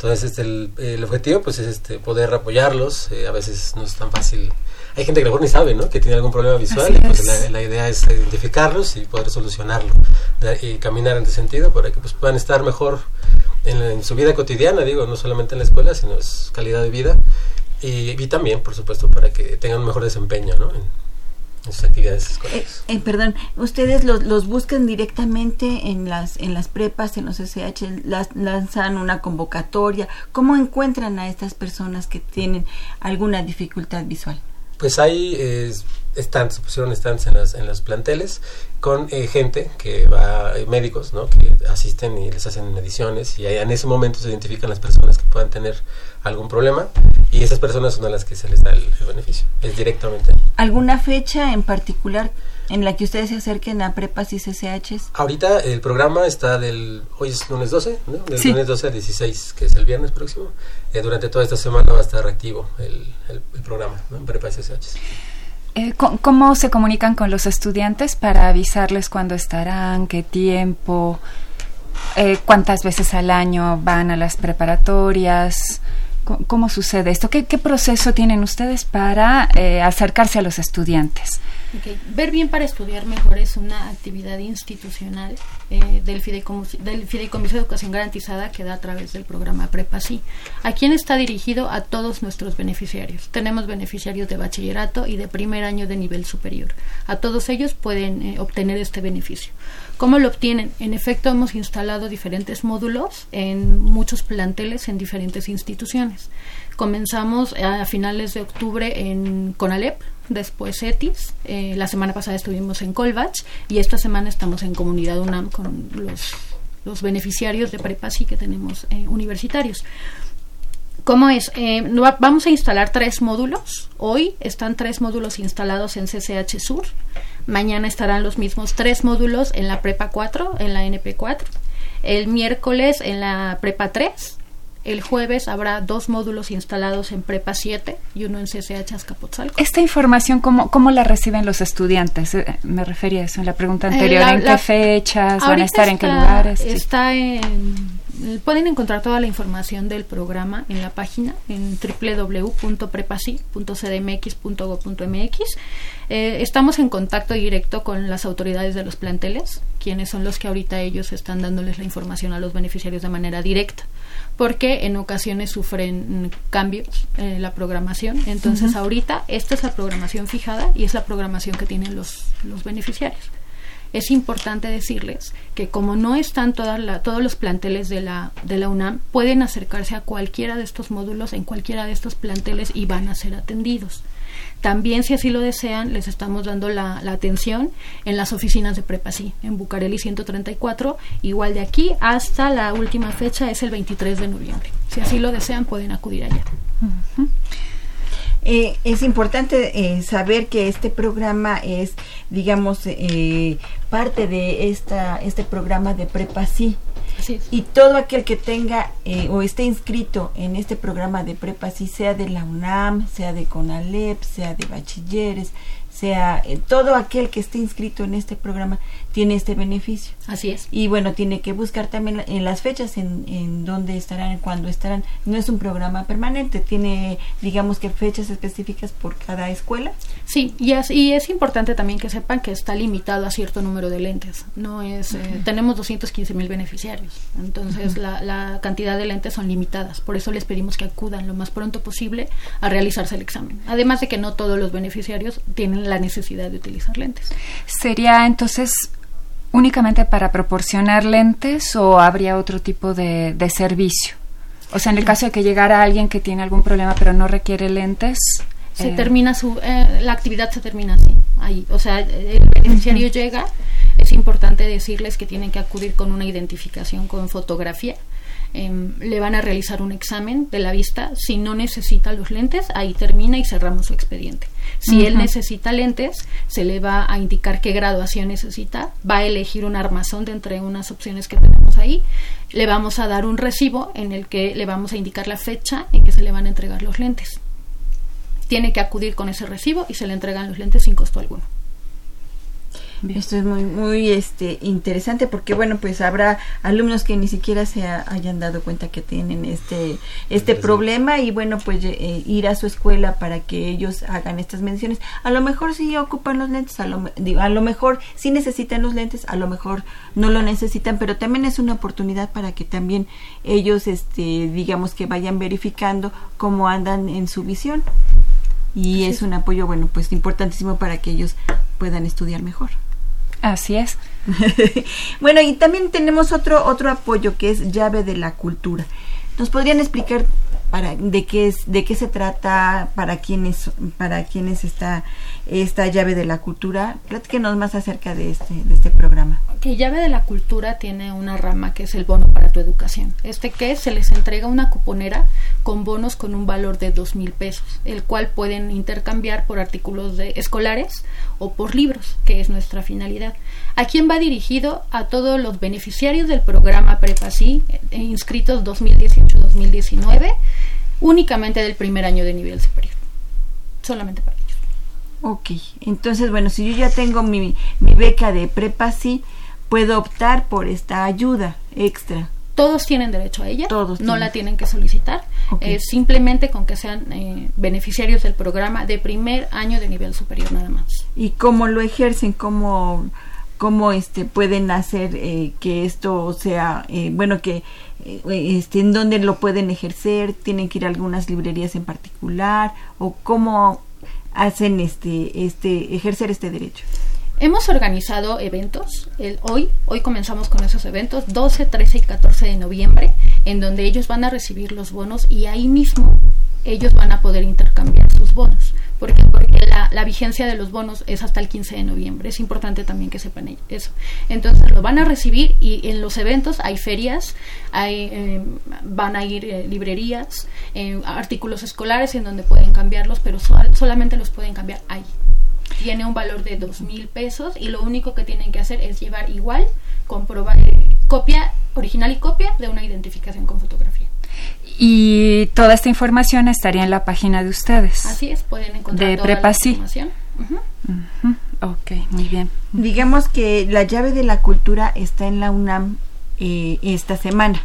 Entonces, el objetivo pues es poder apoyarlos. A veces no es tan fácil. Hay gente que a lo mejor ni sabe, ¿no?, que tiene algún problema visual, y pues la idea es identificarlos y poder solucionarlo y caminar en ese sentido para que pues puedan estar mejor en su vida cotidiana, digo, no solamente en la escuela, sino es calidad de vida, y también, por supuesto, para que tengan un mejor desempeño, ¿no?, en sus actividades escolares. Perdón, ¿ustedes los buscan directamente en las prepas, en los SH, lanzan una convocatoria? ¿Cómo encuentran a estas personas que tienen alguna dificultad visual? Pues hay stands, pusieron stands en los planteles con gente que va, médicos, ¿no?, que asisten y les hacen mediciones, y en ese momento se identifican las personas que puedan tener algún problema, y esas personas son a las que se les da el beneficio, es directamente ahí. ¿Alguna fecha en particular en la que ustedes se acerquen a prepas y CCHs? Ahorita el programa está hoy es lunes 12, ¿no?, del lunes 12 al 16, que es el viernes próximo. Durante toda esta semana va a estar activo el programa, ¿no?, en prepas y CCHs. ¿Cómo se comunican con los estudiantes para avisarles cuándo estarán, qué tiempo, cuántas veces al año van a las preparatorias? ¿Cómo sucede esto? ¿Qué proceso tienen ustedes para acercarse a los estudiantes? Okay. Ver bien para estudiar mejor es una actividad institucional del Fideicomiso de Educación Garantizada, que da a través del programa Prepa Sí. ¿A quién está dirigido? A todos nuestros beneficiarios. Tenemos beneficiarios de bachillerato y de primer año de nivel superior. A todos ellos pueden obtener este beneficio. ¿Cómo lo obtienen? En efecto, hemos instalado diferentes módulos en muchos planteles en diferentes instituciones. Comenzamos a finales de octubre en CONALEP, después ETIS, la semana pasada estuvimos en Colbach, y esta semana estamos en Comunidad UNAM con los beneficiarios de Prepa Sí que tenemos universitarios. ¿Cómo es? Vamos a instalar 3 módulos. Hoy están 3 módulos instalados en CCH Sur. Mañana estarán los mismos 3 módulos en la Prepa 4, en la NP 4. El miércoles en la Prepa 3. El jueves habrá 2 módulos instalados en Prepa 7 y uno en CCH Azcapotzalco. ¿Esta información cómo la reciben los estudiantes? Me refería a eso en la pregunta anterior. ¿En qué fechas van a estar? ¿En qué lugares? Pueden encontrar toda la información del programa en la página en www.prepasi.cdmx.go.mx. Estamos en contacto directo con las autoridades de los planteles, quienes son los que ahorita ellos están dándoles la información a los beneficiarios de manera directa, porque en ocasiones sufren cambios en la programación. Entonces ahorita esta es la programación fijada y es la programación que tienen los beneficiarios. Es importante decirles que como no están todos los planteles de la UNAM, pueden acercarse a cualquiera de estos módulos en cualquiera de estos planteles y van a ser atendidos. También, si así lo desean, les estamos dando la atención en las oficinas de Prepa Sí, en Bucareli 134, igual de aquí hasta la última fecha es el 23 de noviembre. Si así lo desean, pueden acudir allá. Es importante saber que este programa es, digamos, parte de este programa de Prepa Sí. Así es. Y todo aquel que tenga o esté inscrito en este programa de Prepa Sí, sea de la UNAM, sea de CONALEP, sea de bachilleres, sea todo aquel que esté inscrito en este programa tiene este beneficio. Así es. Y bueno, tiene que buscar también en las fechas en dónde estarán, cuándo estarán. No es un programa permanente, tiene, digamos, que fechas específicas por cada escuela. Sí, y es importante también que sepan que está limitado a cierto número de lentes. No es tenemos 215,000 beneficiarios, entonces la cantidad de lentes son limitadas. Por eso les pedimos que acudan lo más pronto posible a realizarse el examen. Además de que no todos los beneficiarios tienen la necesidad de utilizar lentes. ¿Sería entonces únicamente para proporcionar lentes o habría otro tipo de servicio? O sea, en el caso de que llegara alguien que tiene algún problema pero no requiere lentes, la actividad se termina así, ahí. O sea, el beneficiario llega, es importante decirles que tienen que acudir con una identificación con fotografía. Le van a realizar un examen de la vista. Si no necesita los lentes, ahí termina y cerramos su expediente. Si él necesita lentes, se le va a indicar qué graduación necesita, va a elegir un armazón de entre unas opciones que tenemos ahí, le vamos a dar un recibo en el que le vamos a indicar la fecha en que se le van a entregar los lentes. Tiene que acudir con ese recibo y se le entregan los lentes sin costo alguno. Bien. Esto es muy muy interesante porque bueno, pues habrá alumnos que ni siquiera se hayan dado cuenta que tienen este problema y bueno, pues ir a su escuela para que ellos hagan estas mediciones. A lo mejor sí ocupan los lentes, a lo mejor sí necesitan los lentes, a lo mejor no lo necesitan, pero también es una oportunidad para que también ellos digamos que vayan verificando cómo andan en su visión. Y es un apoyo, bueno, pues importantísimo para que ellos puedan estudiar mejor. Así es. Bueno, y también tenemos otro apoyo que es Llave de la Cultura. ¿Nos podrían explicar de qué se trata, para quiénes está esta Llave de la Cultura? Platíquenos más acerca de este programa. Que Llave de la Cultura tiene una rama que es el bono para tu educación. Que se les entrega una cuponera con bonos con un valor de 2,000 pesos, el cual pueden intercambiar por artículos escolares o por libros, que es nuestra finalidad. ¿A quién va dirigido? A todos los beneficiarios del programa Prepasí, inscritos 2018-2019, únicamente del primer año de nivel superior, solamente para ellos. Ok, entonces bueno, si yo ya tengo mi beca de Prepasí, puedo optar por esta ayuda extra. Todos tienen derecho a ella, no la tienen que solicitar, Okay. Simplemente con que sean beneficiarios del programa de primer año de nivel superior nada más. ¿Y cómo lo ejercen? ¿Cómo pueden hacer que esto sea, en dónde lo pueden ejercer? ¿Tienen que ir a algunas librerías en particular? ¿O cómo hacen ejercer este derecho? Hemos organizado eventos, hoy comenzamos con esos eventos, 12, 13 y 14 de noviembre, en donde ellos van a recibir los bonos y ahí mismo ellos van a poder intercambiar sus bonos. Porque la vigencia de los bonos es hasta el 15 de noviembre, es importante también que sepan eso. Entonces lo van a recibir y en los eventos hay ferias, van a ir librerías, artículos escolares en donde pueden cambiarlos, pero solamente los pueden cambiar ahí. Tiene un valor de 2,000 pesos y lo único que tienen que hacer es llevar igual, comprobar copia original y copia de una identificación con fotografía. Y toda esta información estaría en la página de ustedes. Así es, pueden encontrar de toda Prepasí. la información. Ok, muy bien. Digamos que la Llave de la Cultura está en la UNAM esta semana,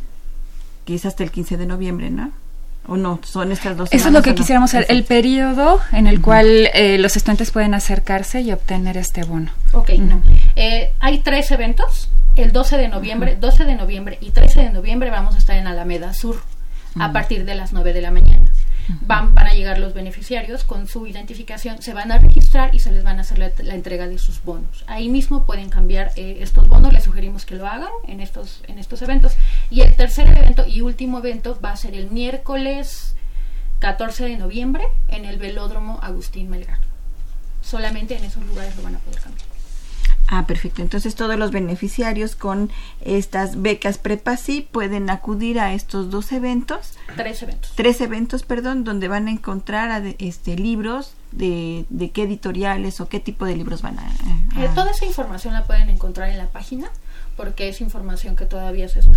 que es hasta el 15 de noviembre, ¿no? ¿O no? Son estas 2 semanas. Eso es lo que quisiéramos saber, el periodo en el cual los estudiantes pueden acercarse y obtener este bono. Ok, no. Hay 3 eventos. El 12 de noviembre, 12 de noviembre y 13 de noviembre vamos a estar en Alameda Sur a partir de las 9 de la mañana. Van a llegar los beneficiarios con su identificación, se van a registrar y se les van a hacer la entrega de sus bonos. Ahí mismo pueden cambiar estos bonos, les sugerimos que lo hagan en estos eventos. Y el tercer evento y último evento va a ser el miércoles 14 de noviembre en el Velódromo Agustín Melgar. Solamente en esos lugares lo van a poder cambiar. Ah, perfecto. Entonces todos los beneficiarios con estas becas Prepasí pueden acudir a estos 2 eventos. 3 eventos. 3 eventos, donde van a encontrar libros de qué editoriales o qué tipo de libros van a... Toda esa información la pueden encontrar en la página, porque es información que todavía se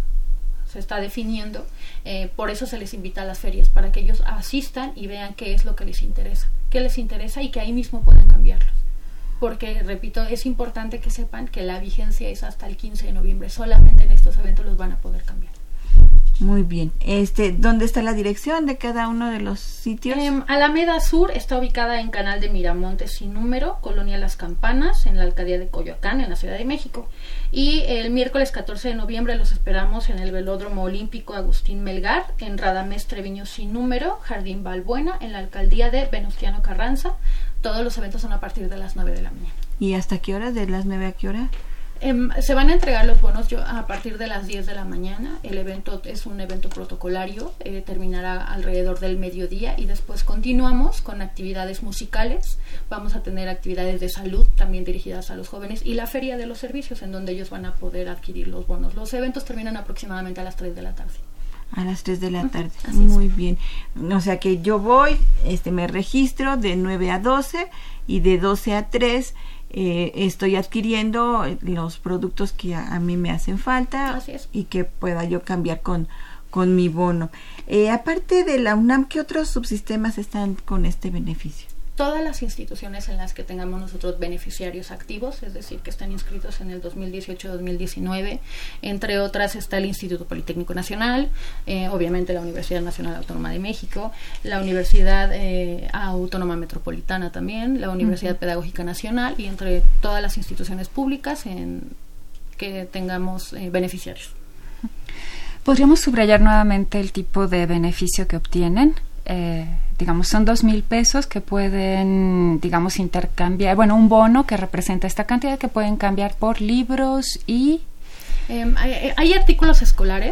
está definiendo. Por eso se les invita a las ferias, para que ellos asistan y vean qué es lo que les interesa y que ahí mismo puedan cambiarlos. Porque, repito, es importante que sepan que la vigencia es hasta el 15 de noviembre. Solamente en estos eventos los van a poder cambiar. Muy bien. ¿Dónde está la dirección de cada uno de los sitios? Alameda Sur está ubicada en Canal de Miramontes sin número, Colonia Las Campanas, en la alcaldía de Coyoacán, en la Ciudad de México. Y el miércoles 14 de noviembre los esperamos en el Velódromo Olímpico Agustín Melgar, en Radamés Treviño sin número, Jardín Balbuena, en la alcaldía de Venustiano Carranza. Todos los eventos son a partir de las 9 de la mañana. ¿Y hasta qué hora? ¿De las 9 a qué hora? Se van a entregar los bonos a partir de las 10 de la mañana. El evento es un evento protocolario, terminará alrededor del mediodía y después continuamos con actividades musicales. Vamos a tener actividades de salud también dirigidas a los jóvenes y la feria de los servicios en donde ellos van a poder adquirir los bonos. Los eventos terminan aproximadamente a las 3 de la tarde. A las 3 de la tarde. Muy bien. O sea que yo voy, me registro de 9 a 12 y de 12 a 3 estoy adquiriendo los productos que a mí me hacen falta y que pueda yo cambiar con mi bono. Aparte de la UNAM, ¿qué otros subsistemas están con este beneficio? todas las instituciones en las que tengamos nosotros beneficiarios activos, es decir, que están inscritos en el 2018-2019, entre otras está el Instituto Politécnico Nacional, obviamente la Universidad Nacional Autónoma de México, la Universidad Autónoma Metropolitana también, la Universidad Pedagógica Nacional, y entre todas las instituciones públicas que tengamos beneficiarios. ¿Podríamos subrayar nuevamente el tipo de beneficio que obtienen? Digamos, son 2,000 pesos que pueden, digamos, intercambiar, bueno, un bono que representa esta cantidad que pueden cambiar por libros y... hay artículos escolares.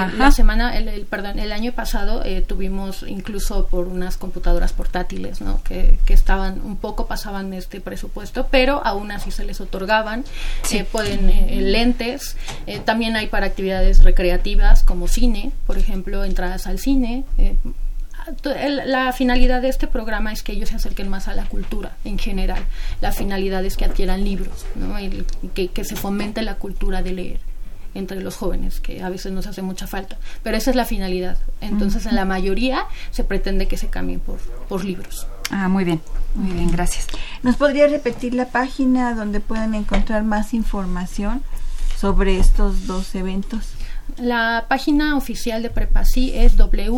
El año pasado tuvimos incluso por unas computadoras portátiles, ¿no? que estaban un poco, pasaban este presupuesto, pero aún así se les otorgaban. Sí. Lentes. También hay para actividades recreativas como cine, por ejemplo, entradas al cine. La finalidad de este programa es que ellos se acerquen más a la cultura en general. La finalidad es que adquieran libros, ¿no? Que se fomente la cultura de leer entre los jóvenes, que a veces nos hace mucha falta, pero esa es la finalidad. Entonces, en la mayoría se pretende que se cambien por libros. Muy bien, gracias. ¿Nos podría repetir la página donde pueden encontrar más información sobre estos 2 eventos? La página oficial de Prepasi es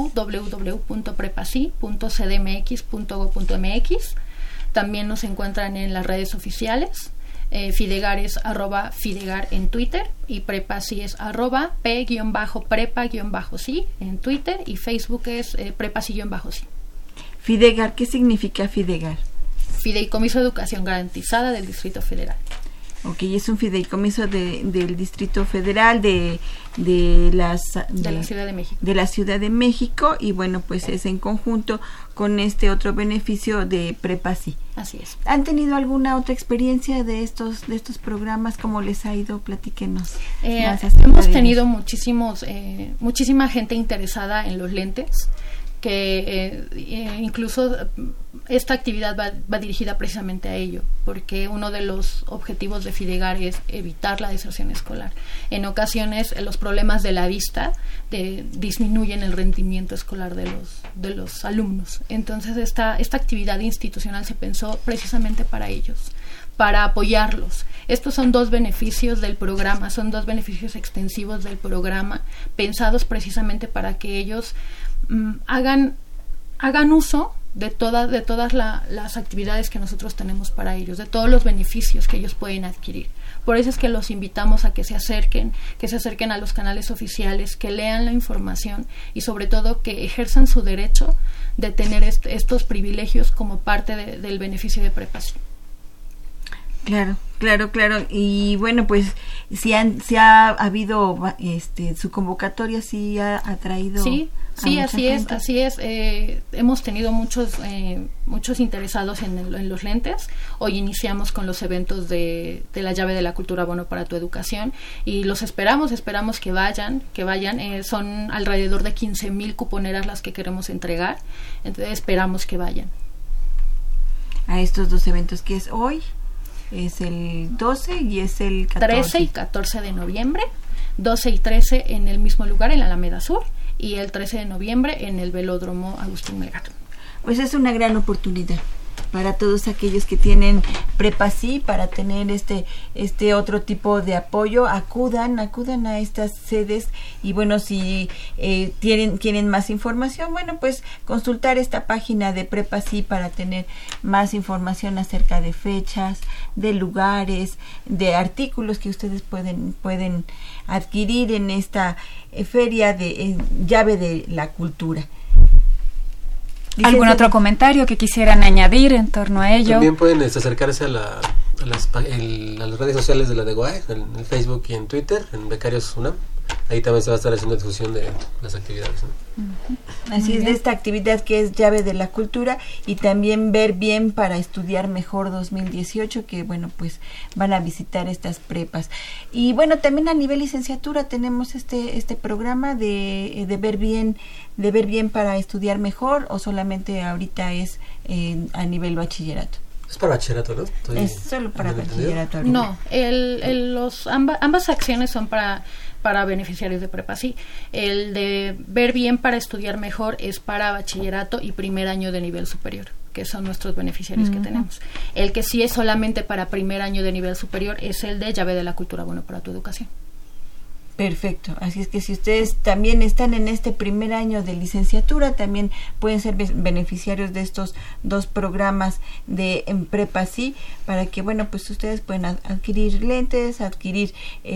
www.prepasi.cdmx.gov.mx. También nos encuentran en las redes oficiales. Fidegar es @Fidegar en Twitter, y Prepasi es @p-prepa-sí en Twitter, y Facebook es Prepasi-sí. Fidegar, ¿qué significa Fidegar? Fideicomiso de Educación Garantizada del Distrito Federal. Ok, es un fideicomiso del Distrito Federal de la Ciudad de México. De la Ciudad de México, y bueno, pues es en conjunto con este otro beneficio de Prepasi. Así es. ¿Han tenido alguna otra experiencia de estos programas? ¿Cómo les ha ido? Platíquenos. Hemos tenido muchísima gente interesada en los lentes, que incluso esta actividad va dirigida precisamente a ello, porque uno de los objetivos de Fidegar es evitar la deserción escolar. En ocasiones los problemas de la vista disminuyen el rendimiento escolar de los alumnos. Entonces esta actividad institucional se pensó precisamente para ellos, para apoyarlos. Estos son 2 beneficios del programa, son 2 beneficios extensivos del programa, pensados precisamente para que ellos hagan uso de todas las actividades que nosotros tenemos para ellos, de todos los beneficios que ellos pueden adquirir. Por eso es que los invitamos a que se acerquen a los canales oficiales, que lean la información y sobre todo que ejerzan su derecho de tener estos privilegios como parte del beneficio de Prepasi. Claro. Y bueno, pues si ha habido su convocatoria, sí ha atraído. Sí, así es. Hemos tenido muchos interesados en los lentes. Hoy iniciamos con los eventos de la llave de la cultura Bono para tu educación, y los esperamos que vayan. Son alrededor de 15,000 cuponeras las que queremos entregar, entonces esperamos que vayan a estos 2 eventos, que es hoy. Es el 12 y es el 14. 13 y 14 de noviembre, 12 y 13 en el mismo lugar, en la Alameda Sur, y el 13 de noviembre en el Velódromo Agustín Melgar. Pues es una gran oportunidad para todos aquellos que tienen Prepasi, para tener este otro tipo de apoyo. Acudan a estas sedes, y bueno, si quieren más información, bueno, pues consultar esta página de Prepasi para tener más información acerca de fechas, de lugares, de artículos que ustedes pueden adquirir en esta feria de llave de la cultura. ¿Algún otro comentario que quisieran añadir en torno a ello? También pueden acercarse a las redes sociales de la DEGOAE, en el Facebook y en Twitter, en Becarios UNAM. Ahí también se va a estar haciendo difusión de las actividades, ¿no? Así es, de esta actividad que es Llave de la Cultura, y también Ver Bien para Estudiar Mejor 2018, que bueno, pues van a visitar estas prepas. Y bueno, también a nivel licenciatura tenemos este programa de Ver Bien para Estudiar Mejor, o solamente ahorita es a nivel bachillerato. Es para bachillerato, ¿no? Es solo para bachillerato. No, ambas acciones son para beneficiarios de Prepasi. El de Ver Bien para Estudiar Mejor es para bachillerato y primer año de nivel superior, que son nuestros beneficiarios que tenemos. El que sí es solamente para primer año de nivel superior es el de Llave de la Cultura, Bono para tu Educación. Perfecto, así es que si ustedes también están en este primer año de licenciatura, también pueden ser beneficiarios de estos 2 programas de Prepa Sí, para que, bueno, pues ustedes pueden adquirir lentes, adquirir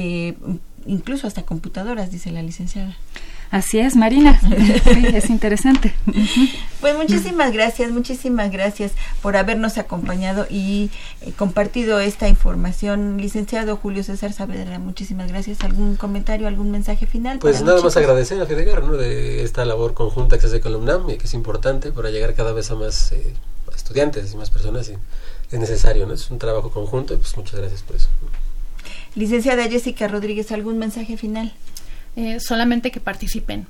incluso hasta computadoras, dice la licenciada. Así es, Marina. Sí, es interesante. Pues muchísimas gracias por habernos acompañado y compartido esta información. Licenciado Julio César Saavedra, muchísimas gracias. ¿Algún comentario, algún mensaje final? Pues nada más agradecer a FEDEGAR, ¿no?, de esta labor conjunta que se hace con la UNAM y que es importante para llegar cada vez a más estudiantes y más personas, y es necesario, ¿no? Es un trabajo conjunto y pues muchas gracias por eso. Licenciada Jessica Rodríguez, ¿algún mensaje final? Solamente que participen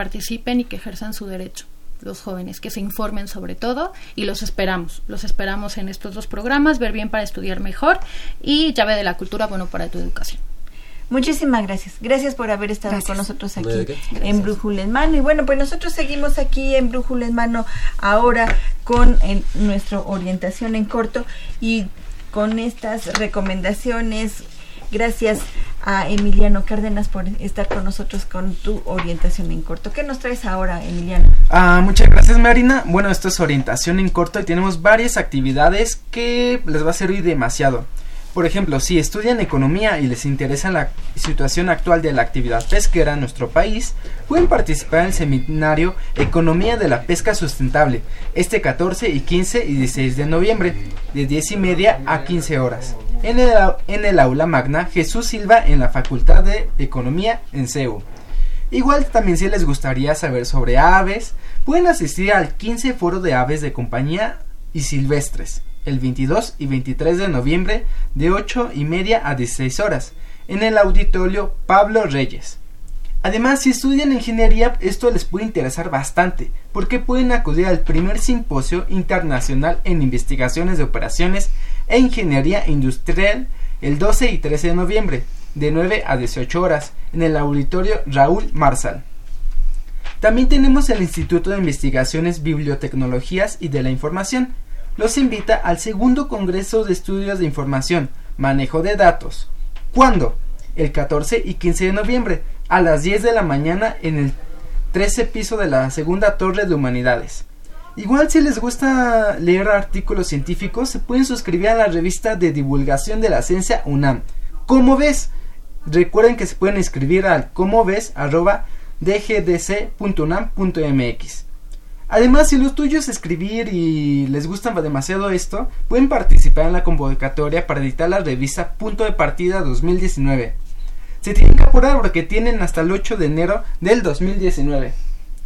y que ejerzan su derecho, los jóvenes, que se informen sobre todo, y los esperamos en estos 2 programas, Ver Bien para Estudiar Mejor y Llave de la Cultura, Bono para tu Educación. Muchísimas gracias por haber estado con nosotros aquí en Brújula en Mano. Y bueno, pues nosotros seguimos aquí en Brújula en Mano ahora con nuestra orientación en corto y con estas recomendaciones. Gracias a Emiliano Cárdenas por estar con nosotros con tu orientación en corto. ¿Qué nos traes ahora, Emiliano? Muchas gracias, Marina. Bueno, esto es orientación en corto y tenemos varias actividades que les va a servir demasiado. Por ejemplo, si estudian economía y les interesa la situación actual de la actividad pesquera en nuestro país, pueden participar en el seminario Economía de la Pesca Sustentable, este 14 y 15 y 16 de noviembre, de 10:30 a 15 horas, en el aula magna Jesús Silva en la Facultad de Economía en CEU. Igual también, si les gustaría saber sobre aves, pueden asistir al 15 Foro de Aves de Compañía y Silvestres, el 22 y 23 de noviembre, de 8:30 a 16 horas, en el auditorio Pablo Reyes. Además, si estudian ingeniería, esto les puede interesar bastante, porque pueden acudir al primer simposio internacional en investigaciones de operaciones e ingeniería industrial el 12 y 13 de noviembre, de 9 a 18 horas, en el auditorio Raúl Marsal. También tenemos el Instituto de Investigaciones, Bibliotecnologías y de la Información. Los invita al segundo Congreso de Estudios de Información, Manejo de Datos. ¿Cuándo? El 14 y 15 de noviembre, a las 10 de la mañana en el 13 piso de la segunda Torre de Humanidades. Igual, si les gusta leer artículos científicos, se pueden suscribir a la revista de divulgación de la ciencia UNAM. ¿Cómo ves? Recuerden que se pueden inscribir al comoves@dgdc.unam.mx. Además, si lo tuyo es escribir y les gusta demasiado esto, pueden participar en la convocatoria para editar la revista Punto de Partida 2019. Se tienen que apurar porque tienen hasta el 8 de enero del 2019.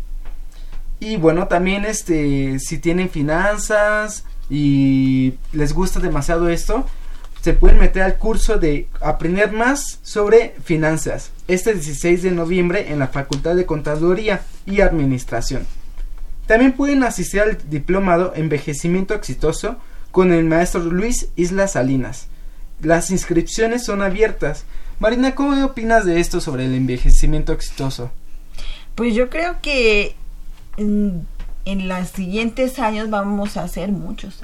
Y bueno, también si tienen finanzas y les gusta demasiado esto, se pueden meter al curso de aprender más sobre finanzas, este 16 de noviembre en la Facultad de Contaduría y Administración. También pueden asistir al diplomado Envejecimiento Exitoso con el maestro Luis Isla Salinas. Las inscripciones son abiertas. Marina, ¿cómo opinas de esto sobre el envejecimiento exitoso? Pues yo creo que en los siguientes años vamos a hacer muchos.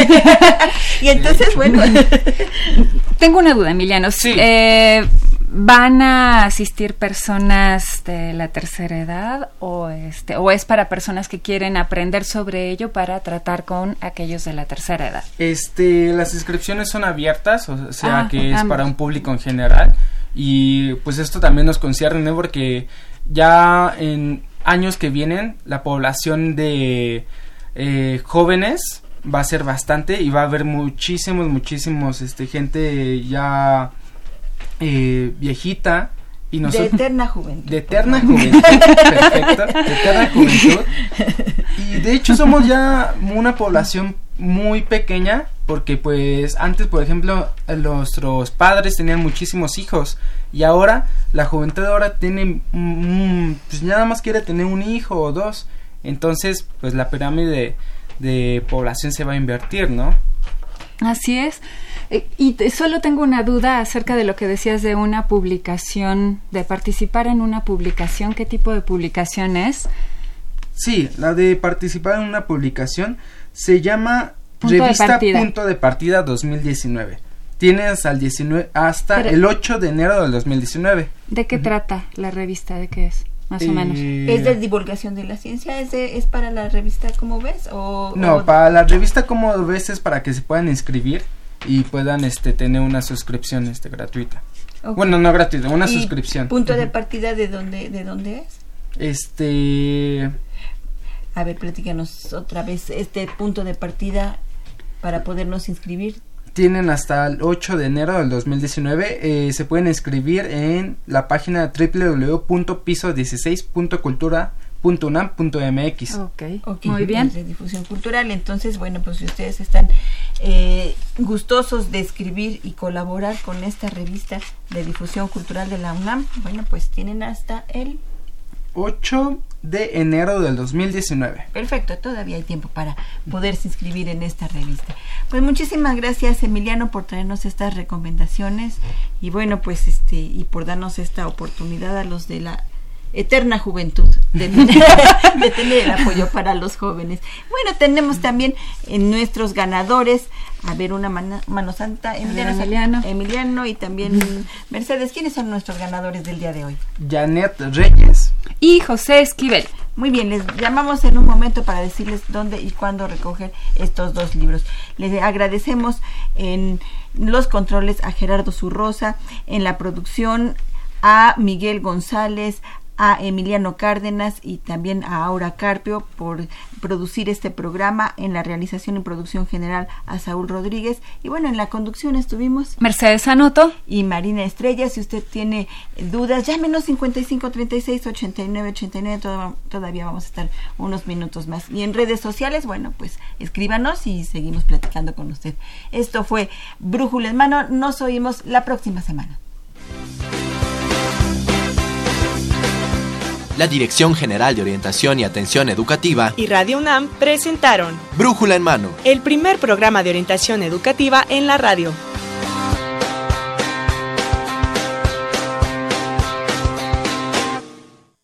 Y entonces, bueno. Tengo una duda, Emiliano. Sí. ¿Van a asistir personas de la tercera edad o es para personas que quieren aprender sobre ello para tratar con aquellos de la tercera edad? Las inscripciones son abiertas, o sea que es para un público en general, y pues esto también nos concierne, ¿no? Porque ya en años que vienen la población de jóvenes va a ser bastante y va a haber muchísimos gente ya viejita y nosotros de eterna juventud. Perfecto, de eterna juventud. Y de hecho somos ya una población muy pequeña, porque pues antes, por ejemplo, nuestros padres tenían muchísimos hijos y ahora la juventud ahora tiene pues nada más quiere tener un hijo o dos. Entonces pues la pirámide de población se va a invertir, ¿no? Así es. Y solo tengo una duda acerca de lo que decías de una publicación, de participar en una publicación. ¿Qué tipo de publicación es? Sí, la de participar en una publicación se llama Punto de Partida 2019. Tienes hasta el 8 de enero del 2019. ¿De qué trata la revista? ¿De qué es? Más o menos. ¿Es de divulgación de la ciencia? ¿Es para la revista Como Ves? Para la revista Como Ves es para que se puedan inscribir y puedan tener una suscripción gratuita. Okay. Bueno, no gratuita, una suscripción. ¿Punto de partida de dónde es? A ver, platícanos otra vez punto de partida para podernos inscribir. Tienen hasta el 8 de enero del 2019. Se pueden inscribir en la página www.piso16.cultura.unam.mx. Okay, muy bien. De difusión cultural. Entonces, bueno, pues si ustedes están gustosos de escribir y colaborar con esta revista de difusión cultural de la UNAM, bueno, pues tienen hasta el 8 de enero del 2019. Perfecto, todavía hay tiempo para poderse inscribir en esta revista. Pues muchísimas gracias, Emiliano, por traernos estas recomendaciones y bueno, pues y por darnos esta oportunidad a los de la eterna juventud de tener el apoyo para los jóvenes. Bueno, tenemos también en nuestros ganadores, a ver, una mano santa, Emiliano y también Mercedes. ¿Quiénes son nuestros ganadores del día de hoy? Janet Reyes y José Esquivel. Muy bien, les llamamos en un momento para decirles dónde y cuándo recoger estos dos libros. Les agradecemos en los controles a Gerardo Zurrosa, en la producción a Miguel González, a Emiliano Cárdenas y también a Aura Carpio por producir este programa, en la realización y producción general a Saúl Rodríguez y bueno, en la conducción estuvimos Mercedes Anoto y Marina Estrella. Si usted tiene dudas, llámenos 55 36 89 89, todavía vamos a estar unos minutos más y en redes sociales, bueno, pues escríbanos y seguimos platicando con usted. Esto fue Brújula en Mano, nos oímos la próxima semana. La Dirección General de Orientación y Atención Educativa y Radio UNAM presentaron Brújula en Mano, el primer programa de orientación educativa en la radio.